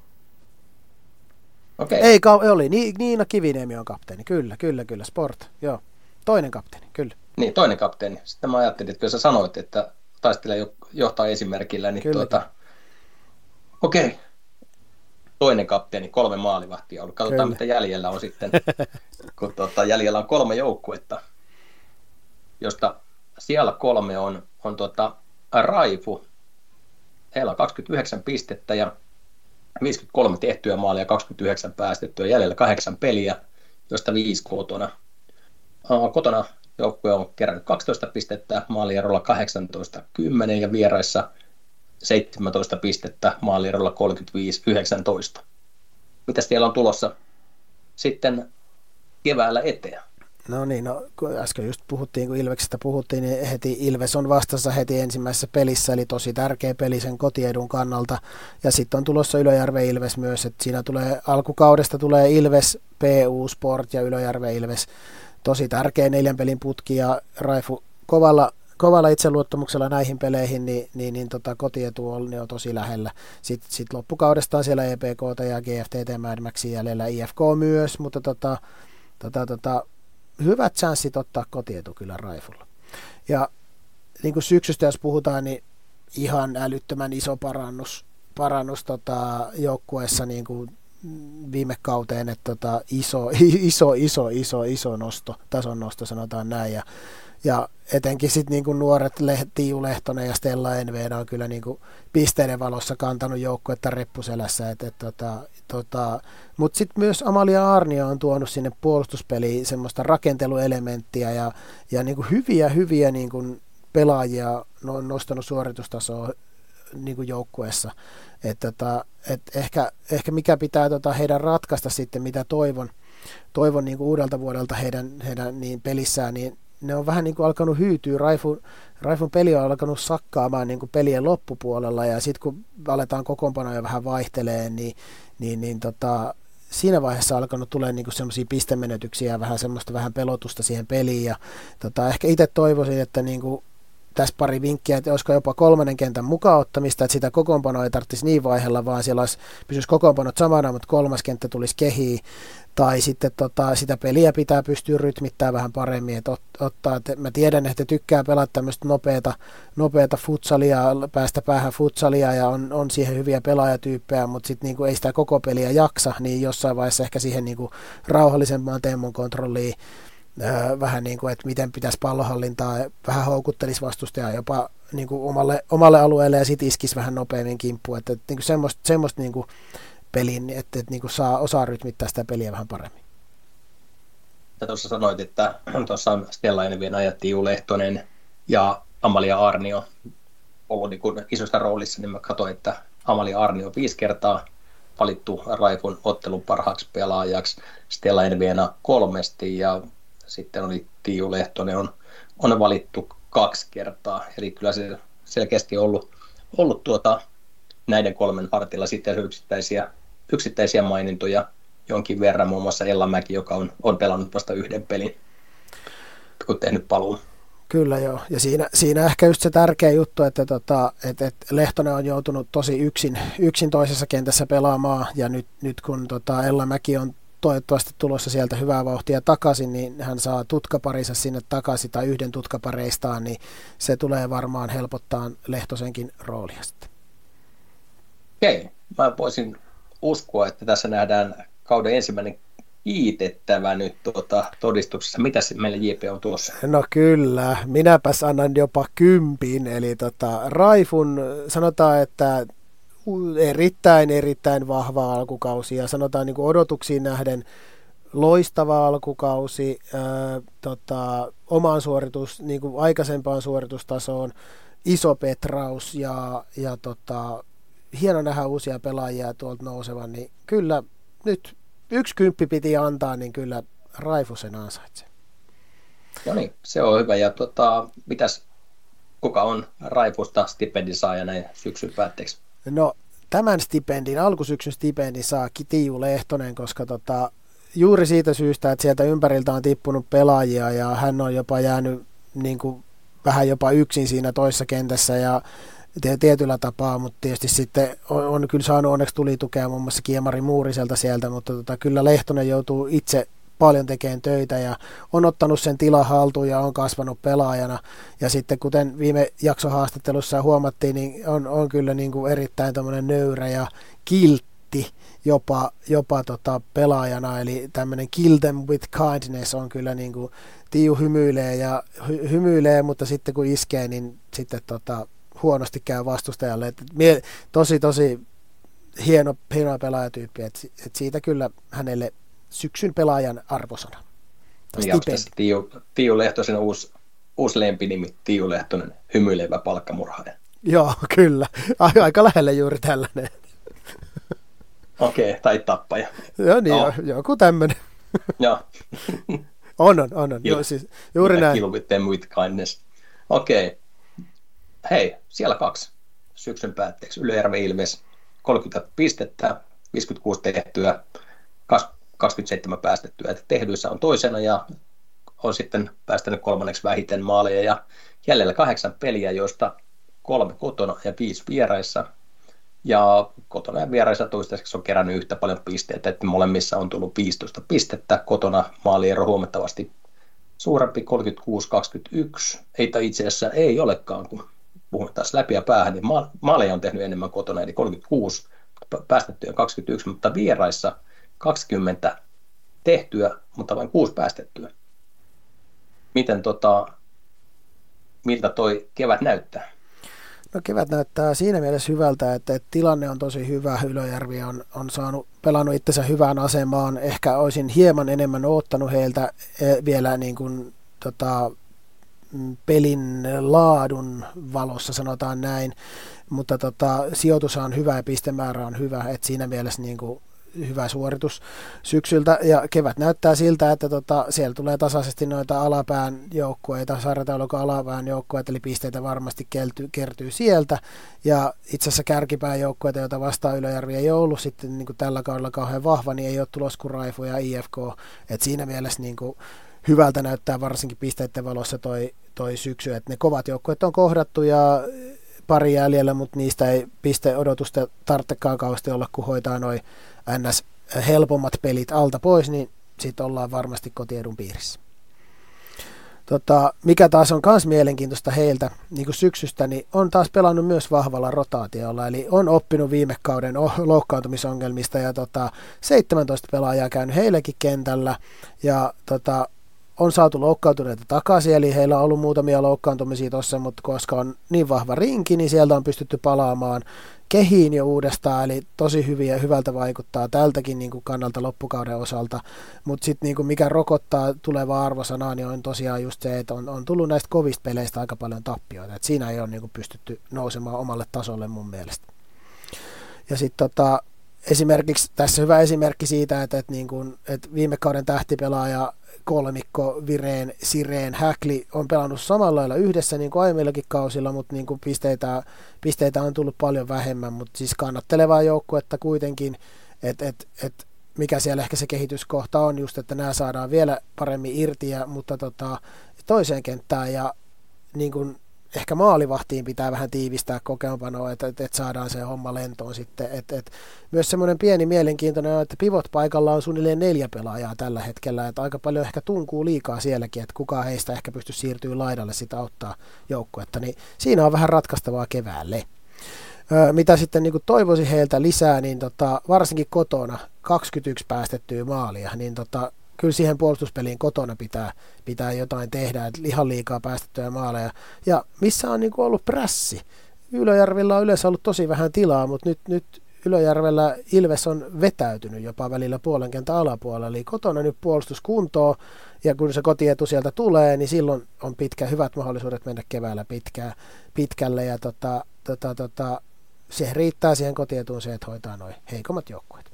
Okay. Ei, oli. Niina Kiviniemi on kapteeni. Kyllä. Sport. Joo. Toinen kapteeni, kyllä. Niin, toinen kapteeni. Sitten mä ajattelin, että kun sä sanoit, että taistelee johtaa esimerkillä, niin okei. Toinen kapteeni, 3 maalivahtia ollut. Katsotaan, mitä jäljellä on sitten, kun jäljellä on 3 joukkuetta, josta siellä 3 on Raifu. Heillä on 29 pistettä ja 53 tehtyä maalia, 29 päästettyä, jäljellä 8 peliä, josta 5 kotona. Kotona joukkue on kerännyt 12 pistettä, maalierolla 18-10 ja vieraissa 17 pistettä, maalierolla 35-19. Mitäs siellä on tulossa sitten keväällä eteen? No niin, kun äsken just puhuttiin, kun Ilveksestä puhuttiin, niin heti Ilves on vastassa heti ensimmäisessä pelissä, eli tosi tärkeä peli sen kotiedun kannalta. Ja sitten on tulossa Ylöjärven Ilves myös, että siinä alkukaudesta tulee Ilves, PU Sport ja Ylöjärven Ilves. Tosi tärkeä 4 pelin putki ja Raifu kovalla itseluottamuksella näihin peleihin, niin kotietu on tosi lähellä. Sitten loppukaudesta on siellä EPK ja GFTT Mad Maxin jäljellä, IFK myös, mutta hyvät chanssit ottaa kotietu kyllä Raifulla. Ja niin kuin syksystä jos puhutaan, niin ihan älyttömän iso parannus joukkueessa niin kuin viime kauteen, että iso nosto, tason nosto sanotaan näin. Ja etenkin sitten niin kuin nuoret Tiiu Lehtonen ja Stella Enveen on kyllä niin kuin pisteiden valossa kantanut joukkuetta reppuselässä. Mutta sitten myös Amalia Arnio on tuonut sinne puolustuspeliin semmoista rakenteluelementtiä ja niin kuin hyviä niin kuin pelaajia on nostanut suoritustasoa niin kuin joukkueessa. Ehkä mikä pitää heidän ratkaista sitten, mitä toivon niin kuin uudelta vuodelta heidän niin pelissään, niin ne on vähän niin kuin alkanut hyytyä. Raifun peli on alkanut sakkaamaan niin kuin pelien loppupuolella, ja sitten kun aletaan kokoonpanoja vähän vaihteleen, niin siinä vaiheessa on alkanut tulemaan niin semmoisia pistemenetyksiä ja vähän semmoista vähän pelotusta siihen peliin. Ja ehkä itse toivoisin, että niin kuin tässä pari vinkkiä, että olisiko jopa 3. kentän mukaan ottamista, että sitä kokoonpanoa ei tarvitsisi niin vaiheella, vaan siellä pysyisi kokoonpanot samana, mutta 3. kenttä tulisi kehiin. Tai sitten sitä peliä pitää pystyä rytmittämään vähän paremmin, että että mä tiedän, että tykkää pelata tämmöistä nopeata futsalia, päästä päähän futsalia ja on siihen hyviä pelaajatyyppejä, mutta sitten niinku ei sitä koko peliä jaksa, niin jossain vaiheessa ehkä siihen niinku rauhallisempaan tempon kontrolliin, vähän niin kuin, että miten pitäisi pallohallintaa, vähän houkuttelisi vastustajaa jopa niin kuin omalle alueelle ja sitten iskisi vähän nopeammin kimppuun, että niin kuin semmoista niin kuin pelin, että niin kuin osaa rytmittää sitä peliä vähän paremmin. Ja tuossa sanoit, että tuossa Stella Envien ajat Tiiu Lehtonen ja Amalia Aarnio ollut niin kuin isossa roolissa, niin mä katsoin, että Amalia Aarnio 5 kertaa valittu Raifun ottelun parhaaksi pelaajaksi, Stella Enviena 3 ja sitten oli Tiiu Lehtonen on valittu 2 kertaa, eli kyllä se selkeästi ollut näiden 3 hartilla sitten yksittäisiä mainintoja jonkin verran, muun muassa Ella Mäki, joka on pelannut vasta 1 pelin, kun tehnyt paluun. Kyllä joo, ja siinä ehkä just se tärkeä juttu, että Lehtonen on joutunut tosi yksin toisessa kentässä pelaamaan, ja nyt kun Ella Mäki on toivottavasti tulossa sieltä hyvää vauhtia takaisin, niin hän saa tutkaparinsa sinne takaisin tai yhden tutkapareistaan, niin se tulee varmaan helpottaa Lehtosenkin roolia sitten. Okei, mä voisin uskoa, että tässä nähdään kauden ensimmäinen kiitettävä nyt todistuksessa. Mitäs meille JP on tulossa? No kyllä, minäpäs annan jopa 10, eli Raifun sanotaan, että erittäin vahva alkukausi ja sanotaan niin kuin odotuksiin nähden loistava alkukausi omaan niin kuin aikaisempaan suoritustasoon, iso petraus ja hieno nähdä uusia pelaajia tuolta nousevan, niin kyllä nyt 1 piti antaa, niin kyllä Raifu sen ansaitsee. No niin, se on hyvä. Ja kuka on Raifusta stipendin saaja näin syksyn päätteeksi? No tämän alkusyksyn stipendin saa Tiiu Lehtonen, koska juuri siitä syystä, että sieltä ympäriltä on tippunut pelaajia ja hän on jopa jäänyt niin kuin, vähän jopa yksin siinä toisessa kentässä ja tietyllä tapaa, mutta tietysti sitten on kyllä saanut onneksi tulitukea muun muassa Kiemari Muuriselta sieltä, mutta kyllä Lehtonen joutuu itse paljon tekemään töitä ja on ottanut sen tilan haltuun ja on kasvanut pelaajana. Ja sitten kuten viime jaksohaastattelussa huomattiin, niin on kyllä niin kuin erittäin tommoinen nöyrä ja kiltti jopa pelaajana. Eli tämmöinen kill them with kindness on kyllä niin kuin Tiiu hymyilee, mutta sitten kun iskee, niin sitten huonosti käy vastustajalle. Et tosi hieno pelaajatyyppi, että siitä kyllä hänelle syksyn pelaajan arvosana. Ja Tiiu Lehtosen uusi lempinimi, Tiiu Lehtonen, hymyilevä palkkamurhaaja. Joo, kyllä. Aika lähelle juuri tällainen. Okei, tai tappaja. Joo, niin, joku tämmöinen. Joo. On. Joo, siis, juuri näin. Kill with them with kindness. Okei. Hei, siellä 2 syksyn päätteeksi. Ylöjärven Ilves, 30 pistettä, 56 tehtyä, 27 päästettyä. Tehdyissä on toisena ja on sitten päästänyt 3. vähiten maaleja. Ja jäljellä 8 peliä, joista 3 kotona ja 5 vieraissa. Ja kotona ja vieraissa toistaiseksi on kerännyt yhtä paljon pisteitä, että molemmissa on tullut 15 pistettä. Kotona maaliero huomattavasti suurempi, 36-21. Itse asiassa ei olekaan, kun puhun taas läpi ja päähän, niin maaleja on tehnyt enemmän kotona, eli 36, päästettyä 21, mutta vieraissa 20 tehtyä, mutta vain 6 päästettyä. Miltä toi kevät näyttää? No kevät näyttää siinä mielessä hyvältä, että tilanne on tosi hyvä. Ylöjärvi on pelannut itsensä hyvään asemaan. Ehkä olisin hieman enemmän odottanut heiltä vielä niin kuin, pelin laadun valossa, sanotaan näin, mutta sijoitus on hyvä ja pistemäärä on hyvä, että siinä mielessä niin kuin hyvä suoritus syksyltä, ja kevät näyttää siltä, että siellä tulee tasaisesti noita alapään joukkueita, sarjataulukon alapään joukkueita, eli pisteitä varmasti kertyy sieltä, ja itse asiassa kärkipään joukkueita, joita vastaan Ylöjärvi ei ollut sitten niin kuin tällä kaudella kauhean vahva, niin ei ole tulos kuin Raifu ja IFK, että siinä mielessä niin kuin hyvältä näyttää varsinkin pisteiden valossa toi syksy, että ne kovat joukkueet on kohdattu ja pari jäljellä, mutta niistä ei pisteodotusta tarvitsekaan kauheasti olla, kun hoitaa noi NS helpommat pelit alta pois, niin sitten ollaan varmasti kotiedun piirissä. Mikä taas on myös mielenkiintoista heiltä niin kuin syksystä, niin on taas pelannut myös vahvalla rotaatiolla, eli on oppinut viime kauden loukkaantumisongelmista ja 17 pelaajaa käynyt heilläkin kentällä ja on saatu loukkaantuneita takaisin, eli heillä on ollut muutamia loukkaantumisia tuossa, mutta koska on niin vahva rinki, niin sieltä on pystytty palaamaan kehiin jo uudestaan, eli tosi hyviä ja hyvältä vaikuttaa tältäkin niin kuin kannalta loppukauden osalta, mutta sitten niin kuin mikä rokottaa tulevaa arvosanaa, niin on tosiaan just se, että on tullut näistä kovista peleistä aika paljon tappioita, että siinä ei ole niin kuin pystytty nousemaan omalle tasolle mun mielestä. Ja sitten esimerkiksi tässä hyvä esimerkki siitä, että viime kauden tähtipelaaja kolmikko, Vireen, Sireen, Häkli on pelannut samalla lailla yhdessä niin kuin aiemmillakin kausilla, mutta niin kuin pisteitä on tullut paljon vähemmän, mutta siis kannattelevaa joukkuetta kuitenkin, että mikä siellä ehkä se kehityskohta on just, että nämä saadaan vielä paremmin irti, mutta toiseen kenttään ja niin kuin ehkä maalivahtiin pitää vähän tiivistää kokeonpanoa, että saadaan se homma lentoon sitten. Myös semmoinen pieni mielenkiintoinen on, että pivot-paikalla on suunnilleen 4 pelaajaa tällä hetkellä, että aika paljon ehkä tunkuu liikaa sielläkin, että kukaan heistä ehkä pystyy siirtyä laidalle sitä auttaa joukkuetta, niin siinä on vähän ratkaistavaa keväälle. Mitä sitten niin kuin toivoisin heiltä lisää, niin varsinkin kotona 21 päästettyä maalia, niin kyllä siihen puolustuspeliin kotona pitää jotain tehdä, että ihan liikaa päästettyjä maaleja. Ja missä on niin kuin ollut prässi? Ylöjärvellä on yleensä ollut tosi vähän tilaa, mutta nyt Ylöjärvellä Ilves on vetäytynyt jopa välillä puolen kentän alapuolella. Eli kotona nyt puolustuskuntoon, ja kun se kotietu sieltä tulee, niin silloin on hyvät mahdollisuudet mennä keväällä pitkälle. Ja se riittää siihen kotietuun se, että hoitaa noin heikommat joukkueet.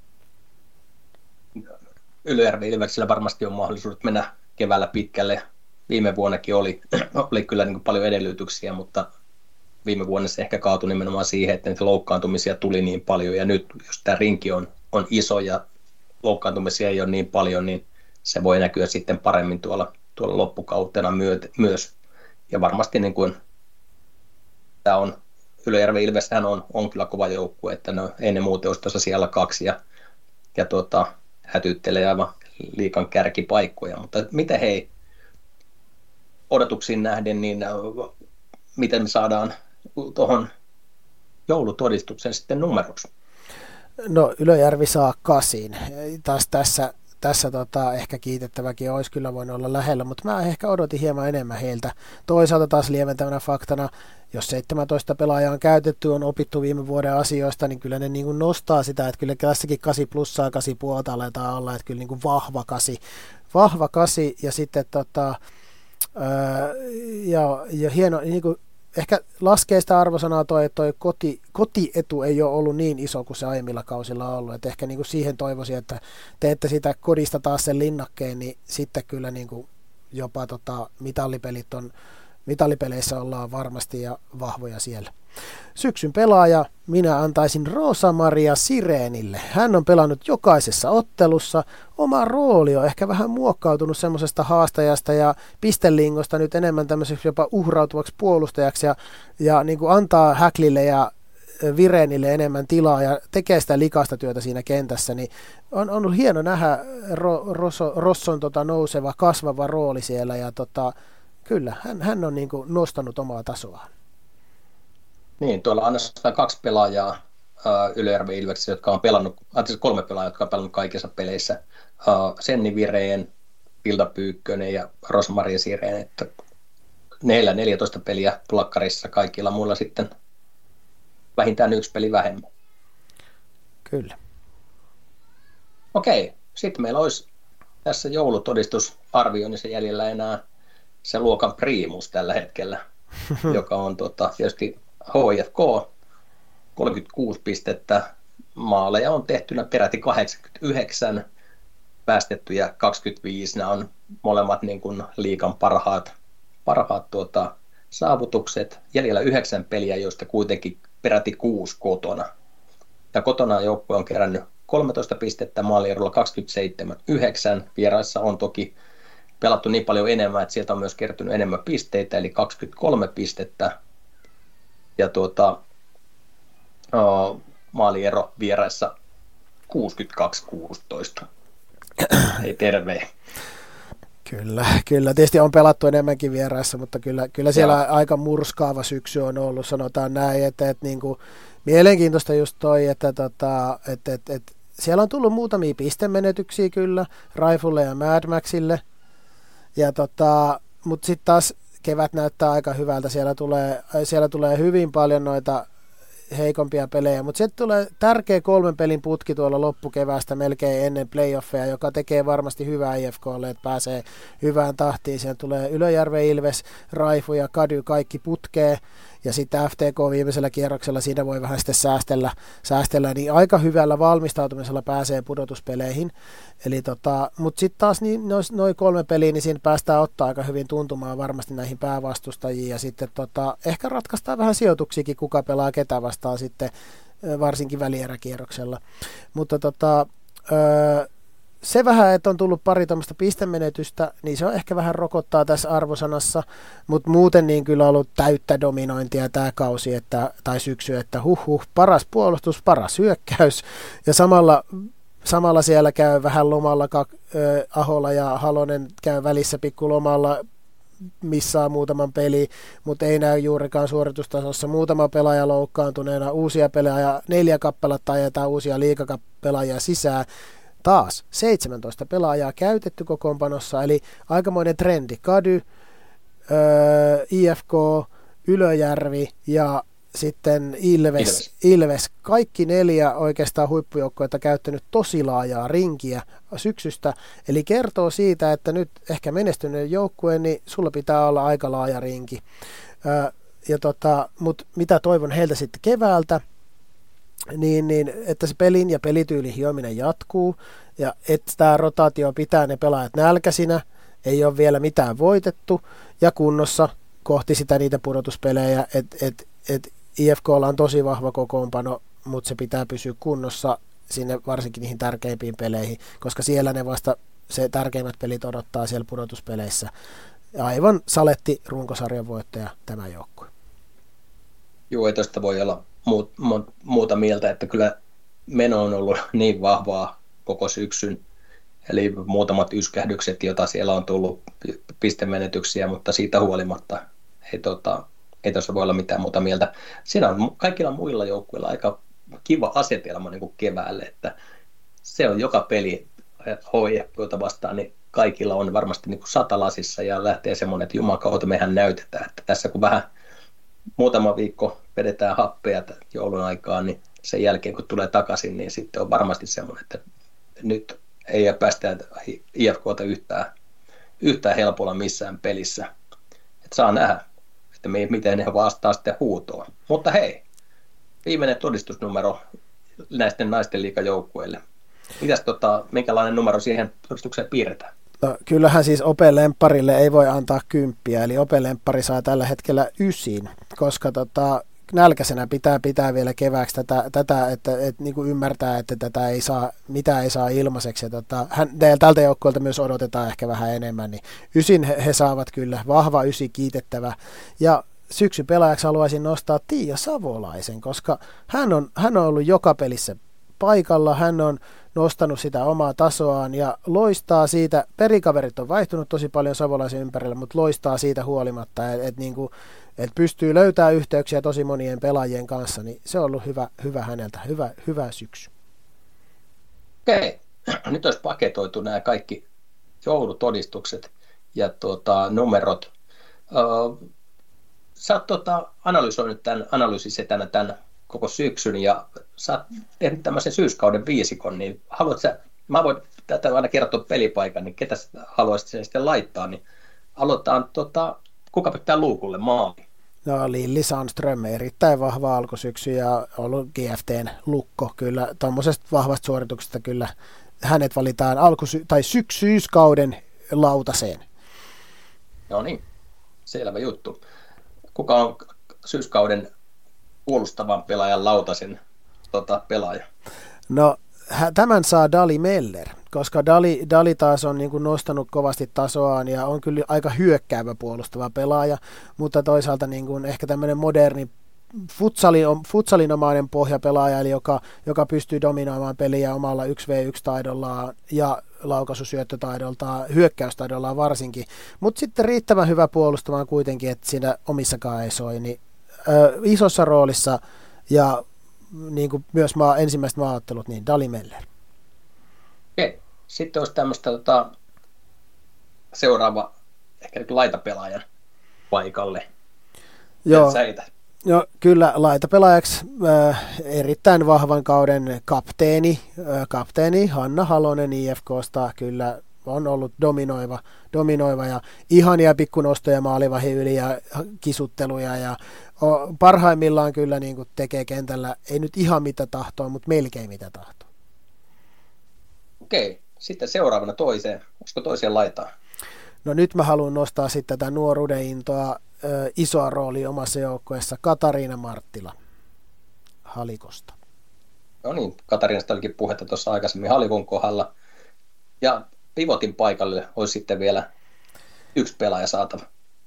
Ylöjärven Ilveksellä varmasti on mahdollisuudet mennä keväällä pitkälle. Viime vuonnakin oli kyllä niin kuin paljon edellytyksiä, mutta viime vuonna se ehkä kaatui nimenomaan siihen, että niitä loukkaantumisia tuli niin paljon. Ja nyt, jos tämä rinki on iso ja loukkaantumisia ei ole niin paljon, niin se voi näkyä sitten paremmin tuolla loppukautena myös. Ja varmasti niin kuin, tämä on Ylöjärven Ilveshän on kyllä kova joukkue, että ei ne muuten olisi tuossa siellä 2 ja hätyttelee aivan liikan kärkipaikkoja, mutta miten hei odotuksiin nähden, niin miten me saadaan tuohon joulutodistukseen sitten numeroksi? No Ylöjärvi saa 8. Taas tässä ehkä kiitettäväkin olisi kyllä voinut olla lähellä, mutta mä ehkä odotin hieman enemmän heiltä. Toisaalta taas lieventävänä faktana, jos 17 pelaajaa on käytetty, on opittu viime vuoden asioista, niin kyllä ne niin kuin nostaa sitä, että kyllä tässäkin 8 plussaa 8,5 aletaan olla, että kyllä niin kuin vahva 8 ja sitten ja hieno, niin kuin ehkä laskee sitä arvosanaa että toi kotietu ei ole ollut niin iso kuin se aiemmilla kausilla on ollut. Et ehkä niin kuin siihen toivoisin, että teette sitä kodista taas sen linnakkeen, niin sitten kyllä niin kuin jopa mitallipeleissä ollaan varmasti ja vahvoja siellä. Syksyn pelaaja minä antaisin Rosa-Maria Sirenille. Hän on pelannut jokaisessa ottelussa. Oma rooli on ehkä vähän muokkautunut semmoisesta haastajasta ja pistelingosta nyt enemmän tämmöiseksi jopa uhrautuvaksi puolustajaksi ja niin kuin antaa Häklille ja Virenille enemmän tilaa ja tekee sitä likaista työtä siinä kentässä, niin on ollut hieno nähdä Rosson nouseva, kasvava rooli siellä ja kyllä, hän on niin kuin nostanut omaa tasoaan. Niin, tuolla on ainoastaan 2 pelaajaa Ylöjärven Ilveksessä, jotka on pelannut, 3 pelaajaa, jotka on pelannut kaikissa peleissä. Senni Vireen, Vilda Pyykkönen ja Rosmaria Sireen, että 14 peliä plakkarissa, kaikilla muilla sitten vähintään 1 peli vähemmän. Kyllä. Okei, sitten meillä olisi tässä joulutodistusarvioinnissa jäljellä enää se luokan priimus tällä hetkellä, joka on tietysti HIFK, 36 pistettä, maaleja on tehtynä peräti 89, päästettyjä 25, nämä on molemmat niin kuin liigan parhaat saavutukset, jäljellä 9 peliä, joista kuitenkin peräti 6 kotona. Ja kotona joukkue on kerännyt 13 pistettä, maalierolla 27-9, vieraissa on toki pelattu niin paljon enemmän, että sieltä on myös kertynyt enemmän pisteitä, eli 23 pistettä. Ja maaliero vieraissa 62-16. Ei terve. Kyllä. Tietysti on pelattu enemmänkin vieraissa, mutta kyllä siellä aika murskaava syksy on ollut, sanotaan näin, että niin kuin, mielenkiintoista just toi, että siellä on tullut muutamia pistemenetyksiä kyllä, Raifulle ja Mad Maxille, mutta sitten taas kevät näyttää aika hyvältä, siellä tulee hyvin paljon noita heikompia pelejä, mutta sitten tulee tärkeä 3 pelin putki tuolla loppukeväästä melkein ennen playoffeja, joka tekee varmasti hyvää IFKlle, että pääsee hyvään tahtiin. Siellä tulee Ylöjärven, Ilves, Raifu ja Kady kaikki putkee, ja sitten FTK viimeisellä kierroksella siinä voi vähän sitten säästellä, niin aika hyvällä valmistautumisella pääsee pudotuspeleihin. Mutta sitten taas niin, noin 3 peliä, niin siinä päästään ottaa aika hyvin tuntumaan varmasti näihin päävastustajiin, ja sitten ehkä ratkaistaan vähän sijoituksiakin, kuka pelaa ketä vastaan sitten, varsinkin välieräkierroksella. Mutta se vähän, että on tullut pari tuommoista pistemenetystä, niin se on ehkä vähän rokottaa tässä arvosanassa, mutta muuten niin kyllä on ollut täyttä dominointia tämä kausi tai syksy, että paras puolustus, paras hyökkäys, ja samalla siellä käy vähän lomalla, Ahola ja Halonen käy välissä pikkulomalla, missaa muutaman peli, mutta ei näy juurikaan suoritustasossa. Muutama pelaaja loukkaantuneena, uusia pelaajia, 4 kappaletta ajetaan uusia liigapelaajia sisään. Taas 17 pelaajaa käytetty kokoonpanossa, eli aikamoinen trendi. Kady, IFK, Ylöjärvi ja sitten Ilves. Kaikki 4 oikeastaan huippujoukkoita käyttänyt tosi laajaa rinkiä syksystä, eli kertoo siitä, että nyt ehkä menestyneen joukkueen, niin sulla pitää olla aika laaja rinki. Mutta mitä toivon heiltä sitten keväältä, niin, että se pelin ja pelityylin hiominen jatkuu, ja että tämä rotaatio pitää ne pelaajat nälkäisinä, ei ole vielä mitään voitettu, ja kunnossa kohti sitä niitä pudotuspelejä, että IFK:lla on tosi vahva kokoonpano, mutta se pitää pysyä kunnossa sinne varsinkin niihin tärkeimpiin peleihin, koska siellä ne vasta se tärkeimmät pelit odottaa siellä pudotuspeleissä. Aivan saletti runkosarjan voittaja tämä joukkue. Joo, ei tuosta voi olla muuta mieltä, että kyllä meno on ollut niin vahvaa koko syksyn, eli muutamat yskähdykset, joita siellä on tullut pistemenetyksiä, mutta siitä huolimatta ei tuossa voi olla mitään muuta mieltä. Siinä on kaikilla muilla joukkueilla aika kiva asetelma niin kuin keväälle, että se on joka peli HIFK:ta vastaan, niin kaikilla on varmasti niin kuin 100 lasissa ja lähtee semmoinen, että jumakauta mehän näytetään, että tässä kun vähän muutama viikko vedetään happea joulun aikaan, niin sen jälkeen kun tulee takaisin, niin sitten on varmasti semmoinen, että nyt ei päästä IFK:ta yhtään helpolla missään pelissä. Että saa nähdä, että miten ne vastaa sitten huutoon. Mutta hei, viimeinen todistusnumero näisten naisten liigajoukkueille. Mitäs minkälainen numero siihen todistukseen piirretään? No, kyllähän siis Ope-lempparille ei voi antaa 10, eli Ope-lemppari saa tällä hetkellä 9, koska nälkäisenä pitää vielä kevääksi tätä että niin kuin ymmärtää, että mitä ei saa ilmaiseksi. Ja tältä joukkueelta myös odotetaan ehkä vähän enemmän, niin 9 he saavat kyllä, vahva 9 kiitettävä. Ja syksyn pelaajaksi haluaisin nostaa Tiia Savolaisen, koska hän on ollut joka pelissä paikalla, hän on nostanut sitä omaa tasoaan ja loistaa siitä, perikaverit on vaihtunut tosi paljon Savolaisen ympärillä, mutta loistaa siitä huolimatta, että pystyy löytämään yhteyksiä tosi monien pelaajien kanssa, niin se on ollut hyvä häneltä, hyvä syksy. Okei, nyt olisi paketoitu nämä kaikki joulutodistukset ja numerot. Sä oot analysoinut tämän analyysisetänä tämän koko syksyn ja sä oot tehnyt tämmöisen syyskauden viisikon, niin mä voin tätä aina kertoa pelipaikan, niin ketä haluaisit sen sitten laittaa, niin aloitetaan, kuka pitää luukulle maali? No Lilli Sandström, erittäin vahva alkusyksy ja ollut GFTn lukko kyllä, tuommoisesta vahvasta suorituksesta kyllä hänet valitaan syyskauden lautaseen. No niin, selvä juttu. Kuka on syyskauden puolustavan pelaajan lautasen pelaaja? No tämän saa Dali Meller. koska Dali taas on niin kuin nostanut kovasti tasoaan ja on kyllä aika hyökkäävä puolustava pelaaja, mutta toisaalta niin kuin ehkä tämmöinen moderni futsalinomainen pohjapelaaja, eli joka pystyy dominoimaan peliä omalla 1v1-taidollaan ja laukaisusyöttötaidoltaan, hyökkäystaidollaan varsinkin, mutta sitten riittävän hyvä puolustamaan kuitenkin, että siinä omissakaan ei soi, niin isossa roolissa ja niin kuin myös ensimmäiset maaottelut, niin Dali Meller. Okei. Sitten olisi tämmöistä seuraava ehkä laitapelaajan paikalle. Joo. No, kyllä laitapelaajaksi erittäin vahvan kauden kapteeni Hanna Halonen IFK:sta kyllä on ollut dominoiva ja ihania pikkunostoja maalivahin yli ja kisutteluja ja parhaimmillaan kyllä niin kuin tekee kentällä, ei nyt ihan mitä tahtoa, mutta melkein mitä tahtoa. Okei, sitten seuraavana toiseen. Olisiko toiseen laitaan? No nyt mä haluan nostaa sitten tätä nuoruuden intoa, isoa roolia omassa joukkueessa, Katariina Marttila Halikosta. No niin, Katariinasta olikin puhetta tuossa aikaisemmin Halikon kohdalla. Ja pivotin paikalle olisi sitten vielä yksi pelaaja saatava.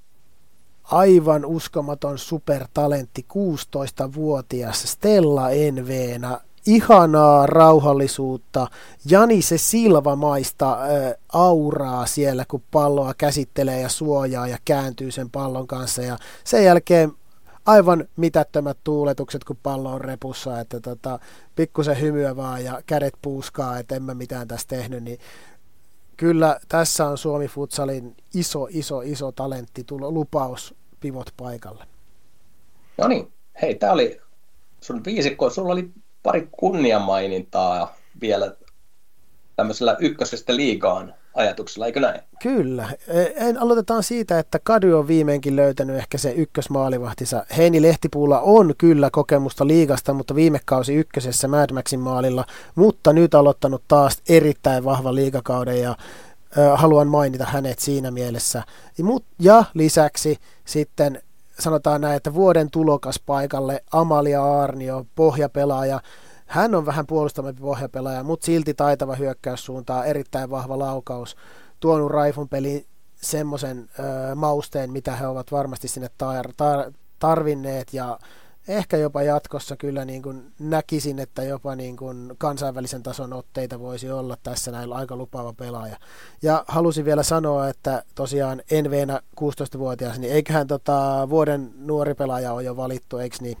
Aivan uskomaton supertalentti, 16-vuotias Stella Enveenä. Ihanaa rauhallisuutta, Janise Silvamaista auraa siellä, kun palloa käsittelee ja suojaa ja kääntyy sen pallon kanssa. Ja sen jälkeen aivan mitättömät tuuletukset, kun pallo on repussa, että pikkusen hymyä vaan ja kädet puuskaa, että en mä mitään tässä tehnyt. Niin kyllä tässä on Suomi Futsalin iso talentti, lupaus pivot paikalle. No niin, hei, tää oli sun viisikko, sulla oli pari kunniamainintaa vielä tämmöisellä ykkösestä liigaan ajatuksella, eikö näin? Kyllä. Aloitetaan siitä, että Kadu on viimeinkin löytänyt ehkä se ykkösmaalivahtinsa. Heini Lehtipuulla on kyllä kokemusta liigasta, mutta viime kausi ykkösessä Mad Maxin maalilla, mutta nyt aloittanut taas erittäin vahva liigakauden ja haluan mainita hänet siinä mielessä. Ja lisäksi sitten sanotaan näin, että vuoden tulokas paikalle Amalia Aarnio, pohjapelaaja. Hän on vähän puolustamempi pohjapelaaja, mutta silti taitava hyökkäyssuuntaan, erittäin vahva laukaus. Tuonut Raifun peliin semmoisen mausteen, mitä he ovat varmasti sinne tarvinneet ja ehkä jopa jatkossa kyllä niin kuin näkisin, että jopa niin kuin kansainvälisen tason otteita voisi olla tässä näillä aika lupaava pelaaja. Ja halusin vielä sanoa, että tosiaan Enveenä 16-vuotias, niin eiköhän vuoden nuori pelaaja ole jo valittu, eikö niin?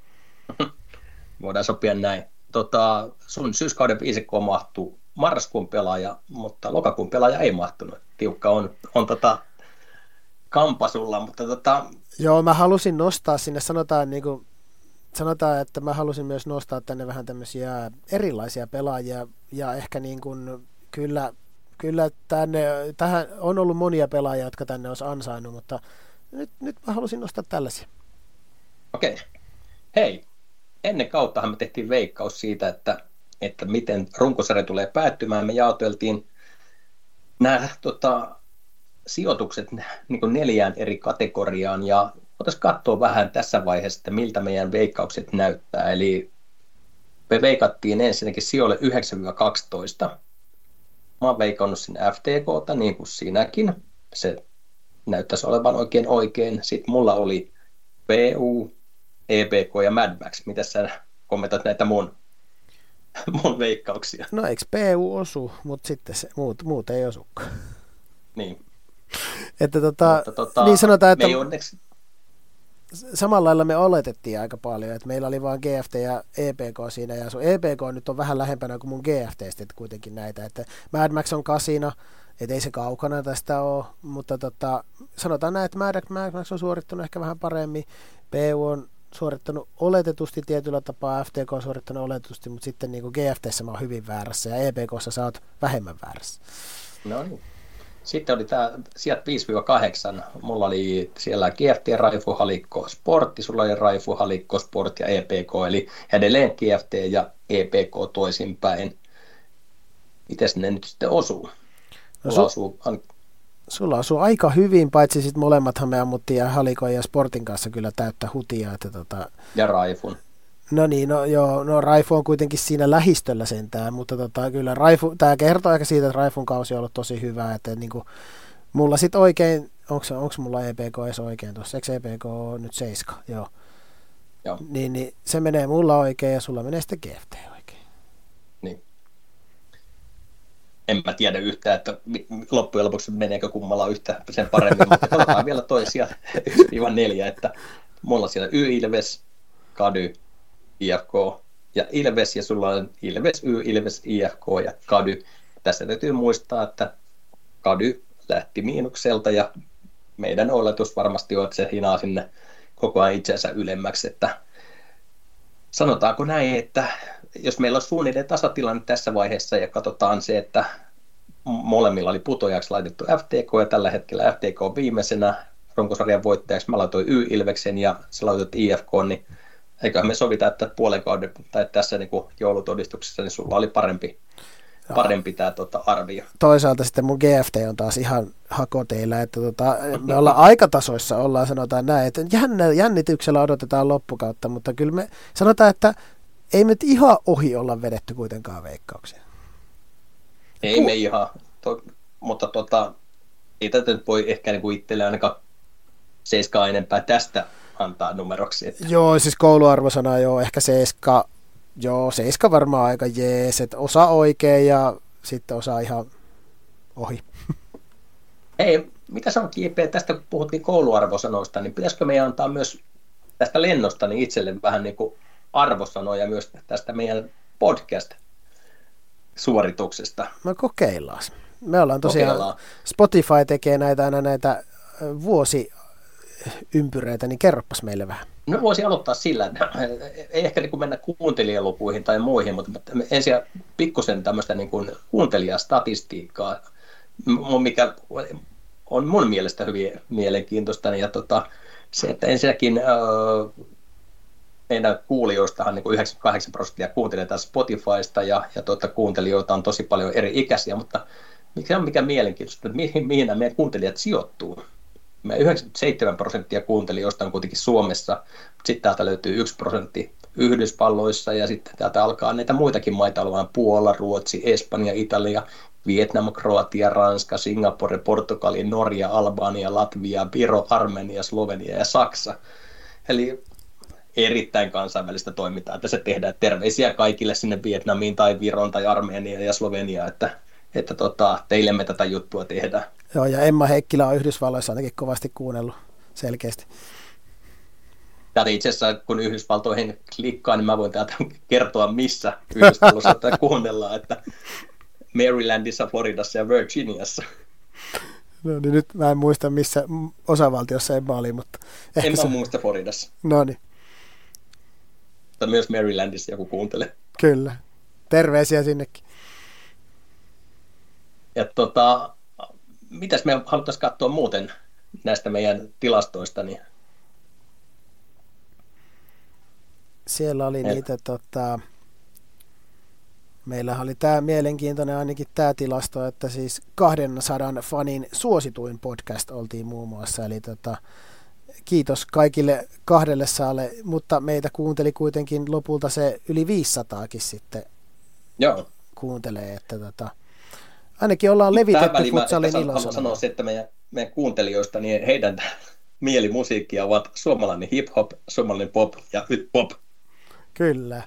Voidaan sopia näin. Sun syyskauden viisikkoon mahtuu marraskuun pelaaja, mutta lokakuun pelaaja ei mahtunut. Tiukka on kampa sulla, mutta Joo, mä halusin nostaa sinne, sanotaan, että mä halusin myös nostaa tänne vähän tämmöisiä erilaisia pelaajia ja ehkä niin kuin kyllä tähän on ollut monia pelaajia, jotka tänne olisi ansainnut, mutta nyt mä halusin nostaa tällaisia. Okei. Hei, ennen kauttahan me tehtiin veikkaus siitä, että miten runkosarja tulee päättymään. Me jaoteltiin nämä sijoitukset niin kuin 4 eri kategoriaan ja voitaisiin katsoa vähän tässä vaiheessa, että miltä meidän veikkaukset näyttää. Eli me veikattiin ensinnäkin sijoille 9-12. Mä oon veikannut sinne FTK:ta niin kuin sinäkin. Se näyttäisi olevan oikein. Sitten mulla oli PU, EPK ja Mad Max. Mitä sä kommentoit näitä mun veikkauksia? No eikö PU osu, mutta sitten muut ei osukaan. Niin. Että niin sanotaan, että onneksi samalla lailla me oletettiin aika paljon, että meillä oli vain GFT ja EPK siinä, ja sun EPK nyt on vähän lähempänä kuin mun GFTstä kuitenkin näitä, että Mad Max on kasina, et ei se kaukana tästä ole, mutta sanotaan näin, että Mad Max on suorittanut ehkä vähän paremmin, PU on suorittanut oletetusti tietyllä tapaa, FTK on suorittanut oletetusti, mutta sitten niin kuin GFTssä mä oon hyvin väärässä, ja EPKssa sä oot vähemmän väärässä. No niin. Sitten oli tämä sijat 5-8. Mulla oli siellä GFT, Raifu, Halikko, Sportti. Sulla oli Raifu, Halikko, Sport ja EPK. Eli edelleen GFT ja EPK toisinpäin. Mites ne nyt sitten osuu? Sulla osuu aika hyvin, paitsi sitten molemmathan me ammuttiin ja Halikon ja Sportin kanssa kyllä täyttä hutia. Että ja Raifun. No niin, no joo, no Raifu on kuitenkin siinä lähistöllä sentään, mutta kyllä Raifu, tämä kertoo ehkä siitä, että Raifun kausi on ollut tosi hyvä, että niin kuin, mulla sitten oikein, onko mulla EPK edes oikein tuossa, eikö EPK on nyt 7, joo. Joo. Niin se menee mulla oikein ja sulla menee sitten GFT oikein. Niin. En mä tiedä yhtään, että loppujen lopuksi meneekö kummalla yhtä sen paremmin, mutta katsotaan vielä toisia 1-4, että mulla on siellä Y-Ilves, Kady, IFK ja Ilves, ja sulla on Ilves, Y-Ilves, IFK ja Kady. Tässä täytyy muistaa, että Kady lähti miinukselta, ja meidän oletus varmasti on, että se hinaa sinne koko ajan itseänsä ylemmäksi, että sanotaanko näin, että jos meillä on suunnilleen tasatilanne tässä vaiheessa ja katsotaan se, että molemmilla oli putoajaksi laitettu FTK ja tällä hetkellä FTK on viimeisenä runkosarjan voittajaksi, mä laitoin Y-Ilveksen ja sä laitoit IFK, niin eiköhän me sovita, että puolen kauden tai tässä niin kuin joulutodistuksessa niin sulla oli parempi tämä arvio. Toisaalta sitten mun GFT on taas ihan hakoteilla, että me ollaan aikatasoissa, sanotaan näin, että jännityksellä odotetaan loppukautta, mutta kyllä me sanotaan, että ei me ihan ohi olla vedetty kuitenkaan veikkauksia. Ei me ihan, mutta ei tätä nyt voi ehkä niin itselle ainakaan 7 enempää tästä antaa numeroksi. Että. Joo, siis kouluarvosana ehkä 7. Joo, 7 varmaan aika jees, että osa oikein ja sitten osa ihan ohi. Hei, mitä sanot JP, tästä kun puhuttiin kouluarvosanoista, niin pitäisikö meidän antaa myös tästä lennosta niin itselle vähän niin kuin arvosanoja myös tästä meidän podcast-suorituksesta? No kokeillaan. Me ollaan tosiaan, Spotify tekee aina näitä vuosiympyreitä, niin kerroppas meille vähän. No voisi aloittaa sillä, että ei ehkä niin kuin mennä kuuntelijalukuihin tai muihin, mutta ensin pikkusen tämmöistä niin kuin kuuntelijastatistiikkaa, mikä on mun mielestä hyvin mielenkiintoista. Ja se, että ensinnäkin meidän kuulijoistahan niin kuin 98% kuuntelee tässä Spotifysta ja kuuntelijoita on tosi paljon eri ikäisiä, mutta mikä mielenkiintoista, että mihin nämä meidän kuuntelijat sijoittuu. Me 97% kuuntelijoista on kuitenkin Suomessa, mutta sitten täältä löytyy 1% Yhdysvalloissa ja sitten täältä alkaa näitä muitakin maita olemaan Puola, Ruotsi, Espanja, Italia, Vietnam, Kroatia, Ranska, Singapore, Portugali, Norja, Albania, Latvia, Viro, Armenia, Slovenia ja Saksa. Eli erittäin kansainvälistä toimintaa, että se tehdään terveisiä kaikille sinne Vietnamiin tai Viroon tai Armeniaan ja Sloveniaan, että teille me tätä juttua tehdään. Joo, ja Emma Heikkilä on Yhdysvalloissa ainakin kovasti kuunnellut selkeästi. Täältä itse asiassa, kun Yhdysvaltoihin klikkaa, niin mä voin täältä kertoa, missä Yhdysvalloissa tätä kuunnellaan, että Marylandissa, Floridassa ja Virginiassa. No niin, nyt mä en muista, missä osavaltiossa Emma oli, mutta en mä muista Floridassa. No niin. Mutta myös Marylandissa joku kuuntelee. Kyllä. Terveisiä sinnekin. Ja mitäs me haluttaisiin katsoa muuten näistä meidän tilastoista? Niin. Siellä oli niitä, meillähän oli tämä mielenkiintoinen ainakin tämä tilasto, että siis 200 fanin suosituin podcast oltiin muun muassa, eli kiitos kaikille 200, mutta meitä kuunteli kuitenkin lopulta se yli 500kin sitten. Joo. Kuuntelee, että ainakin ollaan levitetty futsalin ilosanomaa. Haluan sanoa se, että meidän kuuntelijoista, niin heidän mielimusiikkia ovat suomalainen hip-hop, suomalainen pop ja pop. Kyllä.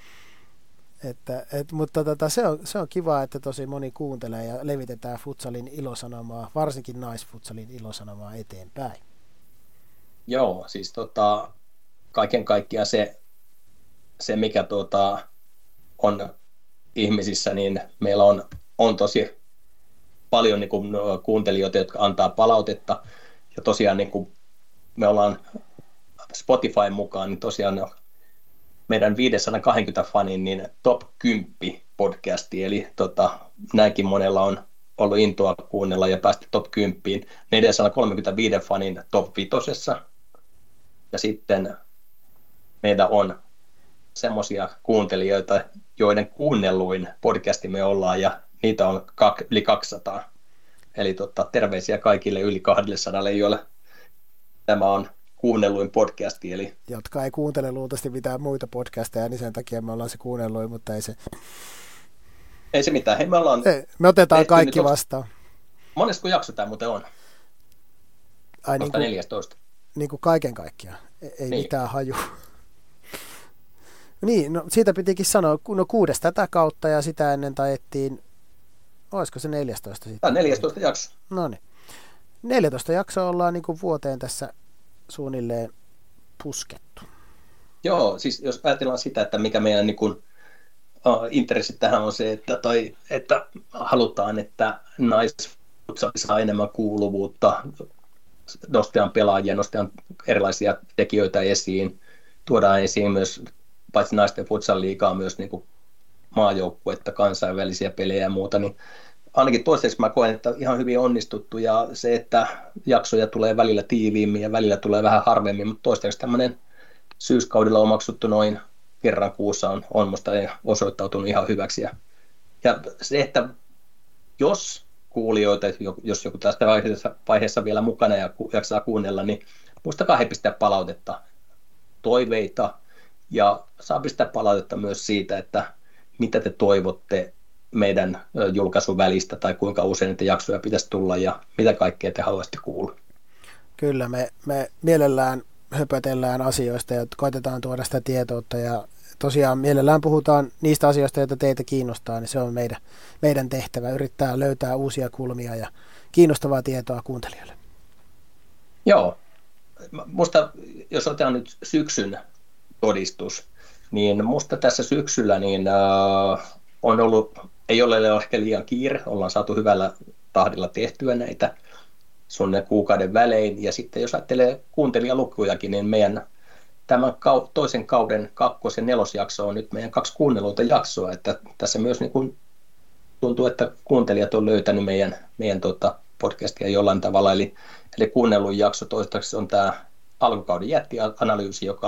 Mutta se on kiva, että tosi moni kuuntelee ja levitetään futsalin ilosanomaa, varsinkin naisfutsalin ilosanomaa eteenpäin. Joo, siis kaiken kaikkiaan se mikä on ihmisissä, niin meillä on tosi paljon niin kuin kuuntelijoita, jotka antaa palautetta. Ja tosiaan niin kuin me ollaan Spotifyn mukaan, niin tosiaan meidän 520 fanin niin top 10 podcasti. Eli näinkin monella on ollut intoa kuunnella ja päästä top 10. 435 fanin top 5. Ja sitten meillä on semmoisia kuuntelijoita, joiden kuunnelluin podcasti me ollaan, ja niitä on yli 200. Eli terveisiä kaikille yli 200, joille tämä on kuunnelluin podcasti. Eli... Jotka ei kuuntele luultavasti mitään muita podcasteja, niin sen takia me ollaan se kuunnelluin, mutta ei se... Ei se mitään. Hei, me otetaan kaikki vastaan. Monesko jakso tämä muuten on? Ai niin kuin 14. Niin kuin kaiken kaikkiaan. Ei niin. Mitään haju. Niin, no siitä pitikin sanoa, no 6 tätä kautta ja sitä ennen taettiin, olisiko se 14 sitten? Tämä 14 jakso. No niin. 14 jaksoa ollaan niin kuin vuoteen tässä suunnilleen puskettu. Joo, siis jos ajatellaan sitä, että mikä meidän niin kuin, intressit tähän on se, että halutaan, että naisfutsali saa enemmän kuuluvuutta, nostetaan pelaajia, nostetaan erilaisia tekijöitä esiin, tuodaan esiin myös paitsi naisten futsal-liigaa myös niin kuin maajoukkuetta, kansainvälisiä pelejä ja muuta, niin ainakin toistaiseksi mä koen, että ihan hyvin onnistuttu ja se, että jaksoja tulee välillä tiiviimmin ja välillä tulee vähän harvemmin, mutta toistaiseksi tämmöinen syyskaudella omaksuttu noin kerran kuussa on musta osoittautunut ihan hyväksi. Ja se, että jos kuulijoita, jos joku tästä vaiheessa vielä mukana ja jaksaa kuunnella, niin muistakaa he pistää palautetta, toiveita ja saa pistää palautetta myös siitä, että mitä te toivotte meidän julkaisun välistä tai kuinka usein niitä jaksoja pitäisi tulla ja mitä kaikkea te haluaisitte kuulla. Kyllä, me mielellään höpötellään asioista ja koitetaan tuoda sitä tietoutta ja tosiaan mielellään puhutaan niistä asioista, joita teitä kiinnostaa, niin se on meidän tehtävä, yrittää löytää uusia kulmia ja kiinnostavaa tietoa kuuntelijoille. Joo, musta jos otetaan nyt syksyn todistus, niin musta tässä syksyllä niin, on ollut, ei ole ehkä liian kiire, ollaan saatu hyvällä tahdilla tehtyä näitä suunnilleen kuukauden välein, ja sitten jos ajattelee kuuntelijalukujakin, niin meidän tämän toisen kauden 2- ja 4-jakso on nyt meidän 2 kuunnelluinta jaksoa, että tässä myös niin kuin tuntuu, että kuuntelijat on löytänyt meidän podcastia jollain tavalla, eli kuunnelluin jakso toistaiseksi on tämä alkukauden jättianalyysi, joka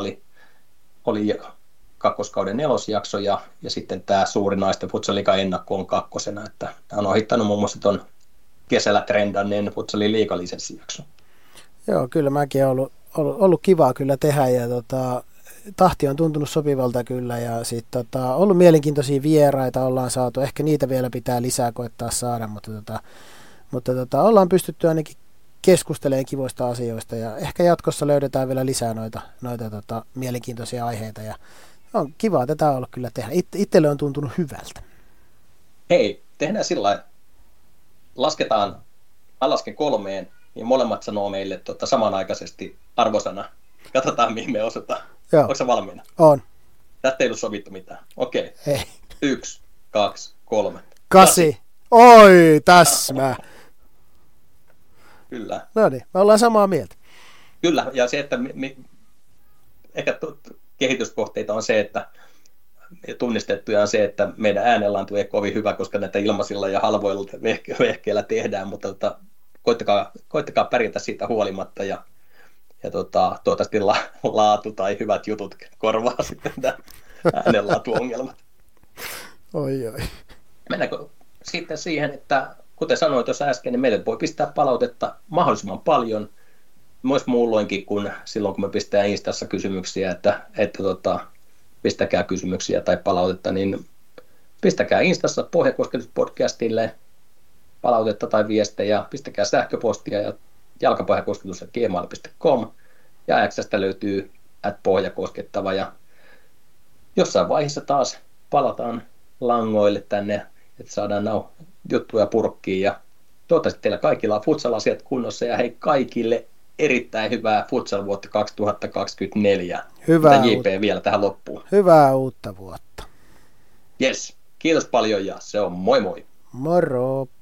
oli kakkoskauden 4. jakso, ja sitten tämä suuri naisten futsaliigan ennakko on 2, että tämä on ohittanut muun muassa tuon kesällä trendanneen futsalin liigalisenssijakson. Joo, kyllä mäkin olen ollut kivaa kyllä tehdä ja tahti on tuntunut sopivalta kyllä ja sitten ollut mielenkiintoisia vieraita ollaan saatu, ehkä niitä vielä pitää lisää koettaa saada, mutta ollaan pystytty ainakin keskustelemaan kivoista asioista ja ehkä jatkossa löydetään vielä lisää noita mielenkiintoisia aiheita ja on kivaa tätä ollut kyllä tehdä. Itselle on tuntunut hyvältä. Hei, tehdään sillä lailla. Mä lasken 3, niin molemmat sanoo meille samanaikaisesti arvosana. Katsotaan, mihin me osataan. Onko sä valmiina? On. Tästä ei ollut sovittu mitään. Okei. Hei. 1, 2, 3. 8. Oi, täsmää. Kyllä. No niin, me ollaan samaa mieltä. Kyllä, ja se, että ehkä kehityskohteita on se, että tunnistettuja on se, että meidän äänenlaatu ei kovin hyvä, koska näitä ilmaisilla ja halvoilla vehkeillä tehdään, mutta koittakaa pärjätä siitä huolimatta ja toivottavasti laatu tai hyvät jutut korvaa sitten nämä äänenlaatuongelmat. Oi. Mennäänkö sitten siihen, että kuten sanoin tuossa äsken, niin meille voi pistää palautetta mahdollisimman paljon, myös muulloinkin kuin silloin, kun me pistää Instassa kysymyksiä, että pistäkää kysymyksiä tai palautetta, niin pistäkää Instassa Pohjakosketuspodcastille palautetta tai viestejä, pistäkää sähköpostia ja jalkapohjakosketus@gmail.com ja X:stä löytyy @pohjakoskettava ja jossain vaiheessa taas palataan langoille tänne, että saadaan juttuja purkkiin ja toivottavasti teillä kaikilla on futsal-asiat kunnossa ja hei kaikille erittäin hyvää futsal-vuotta 2024. Hyvää JP vielä tähän loppuun. Hyvää uutta vuotta. Yes, kiitos paljon ja se on moi moi. Moro.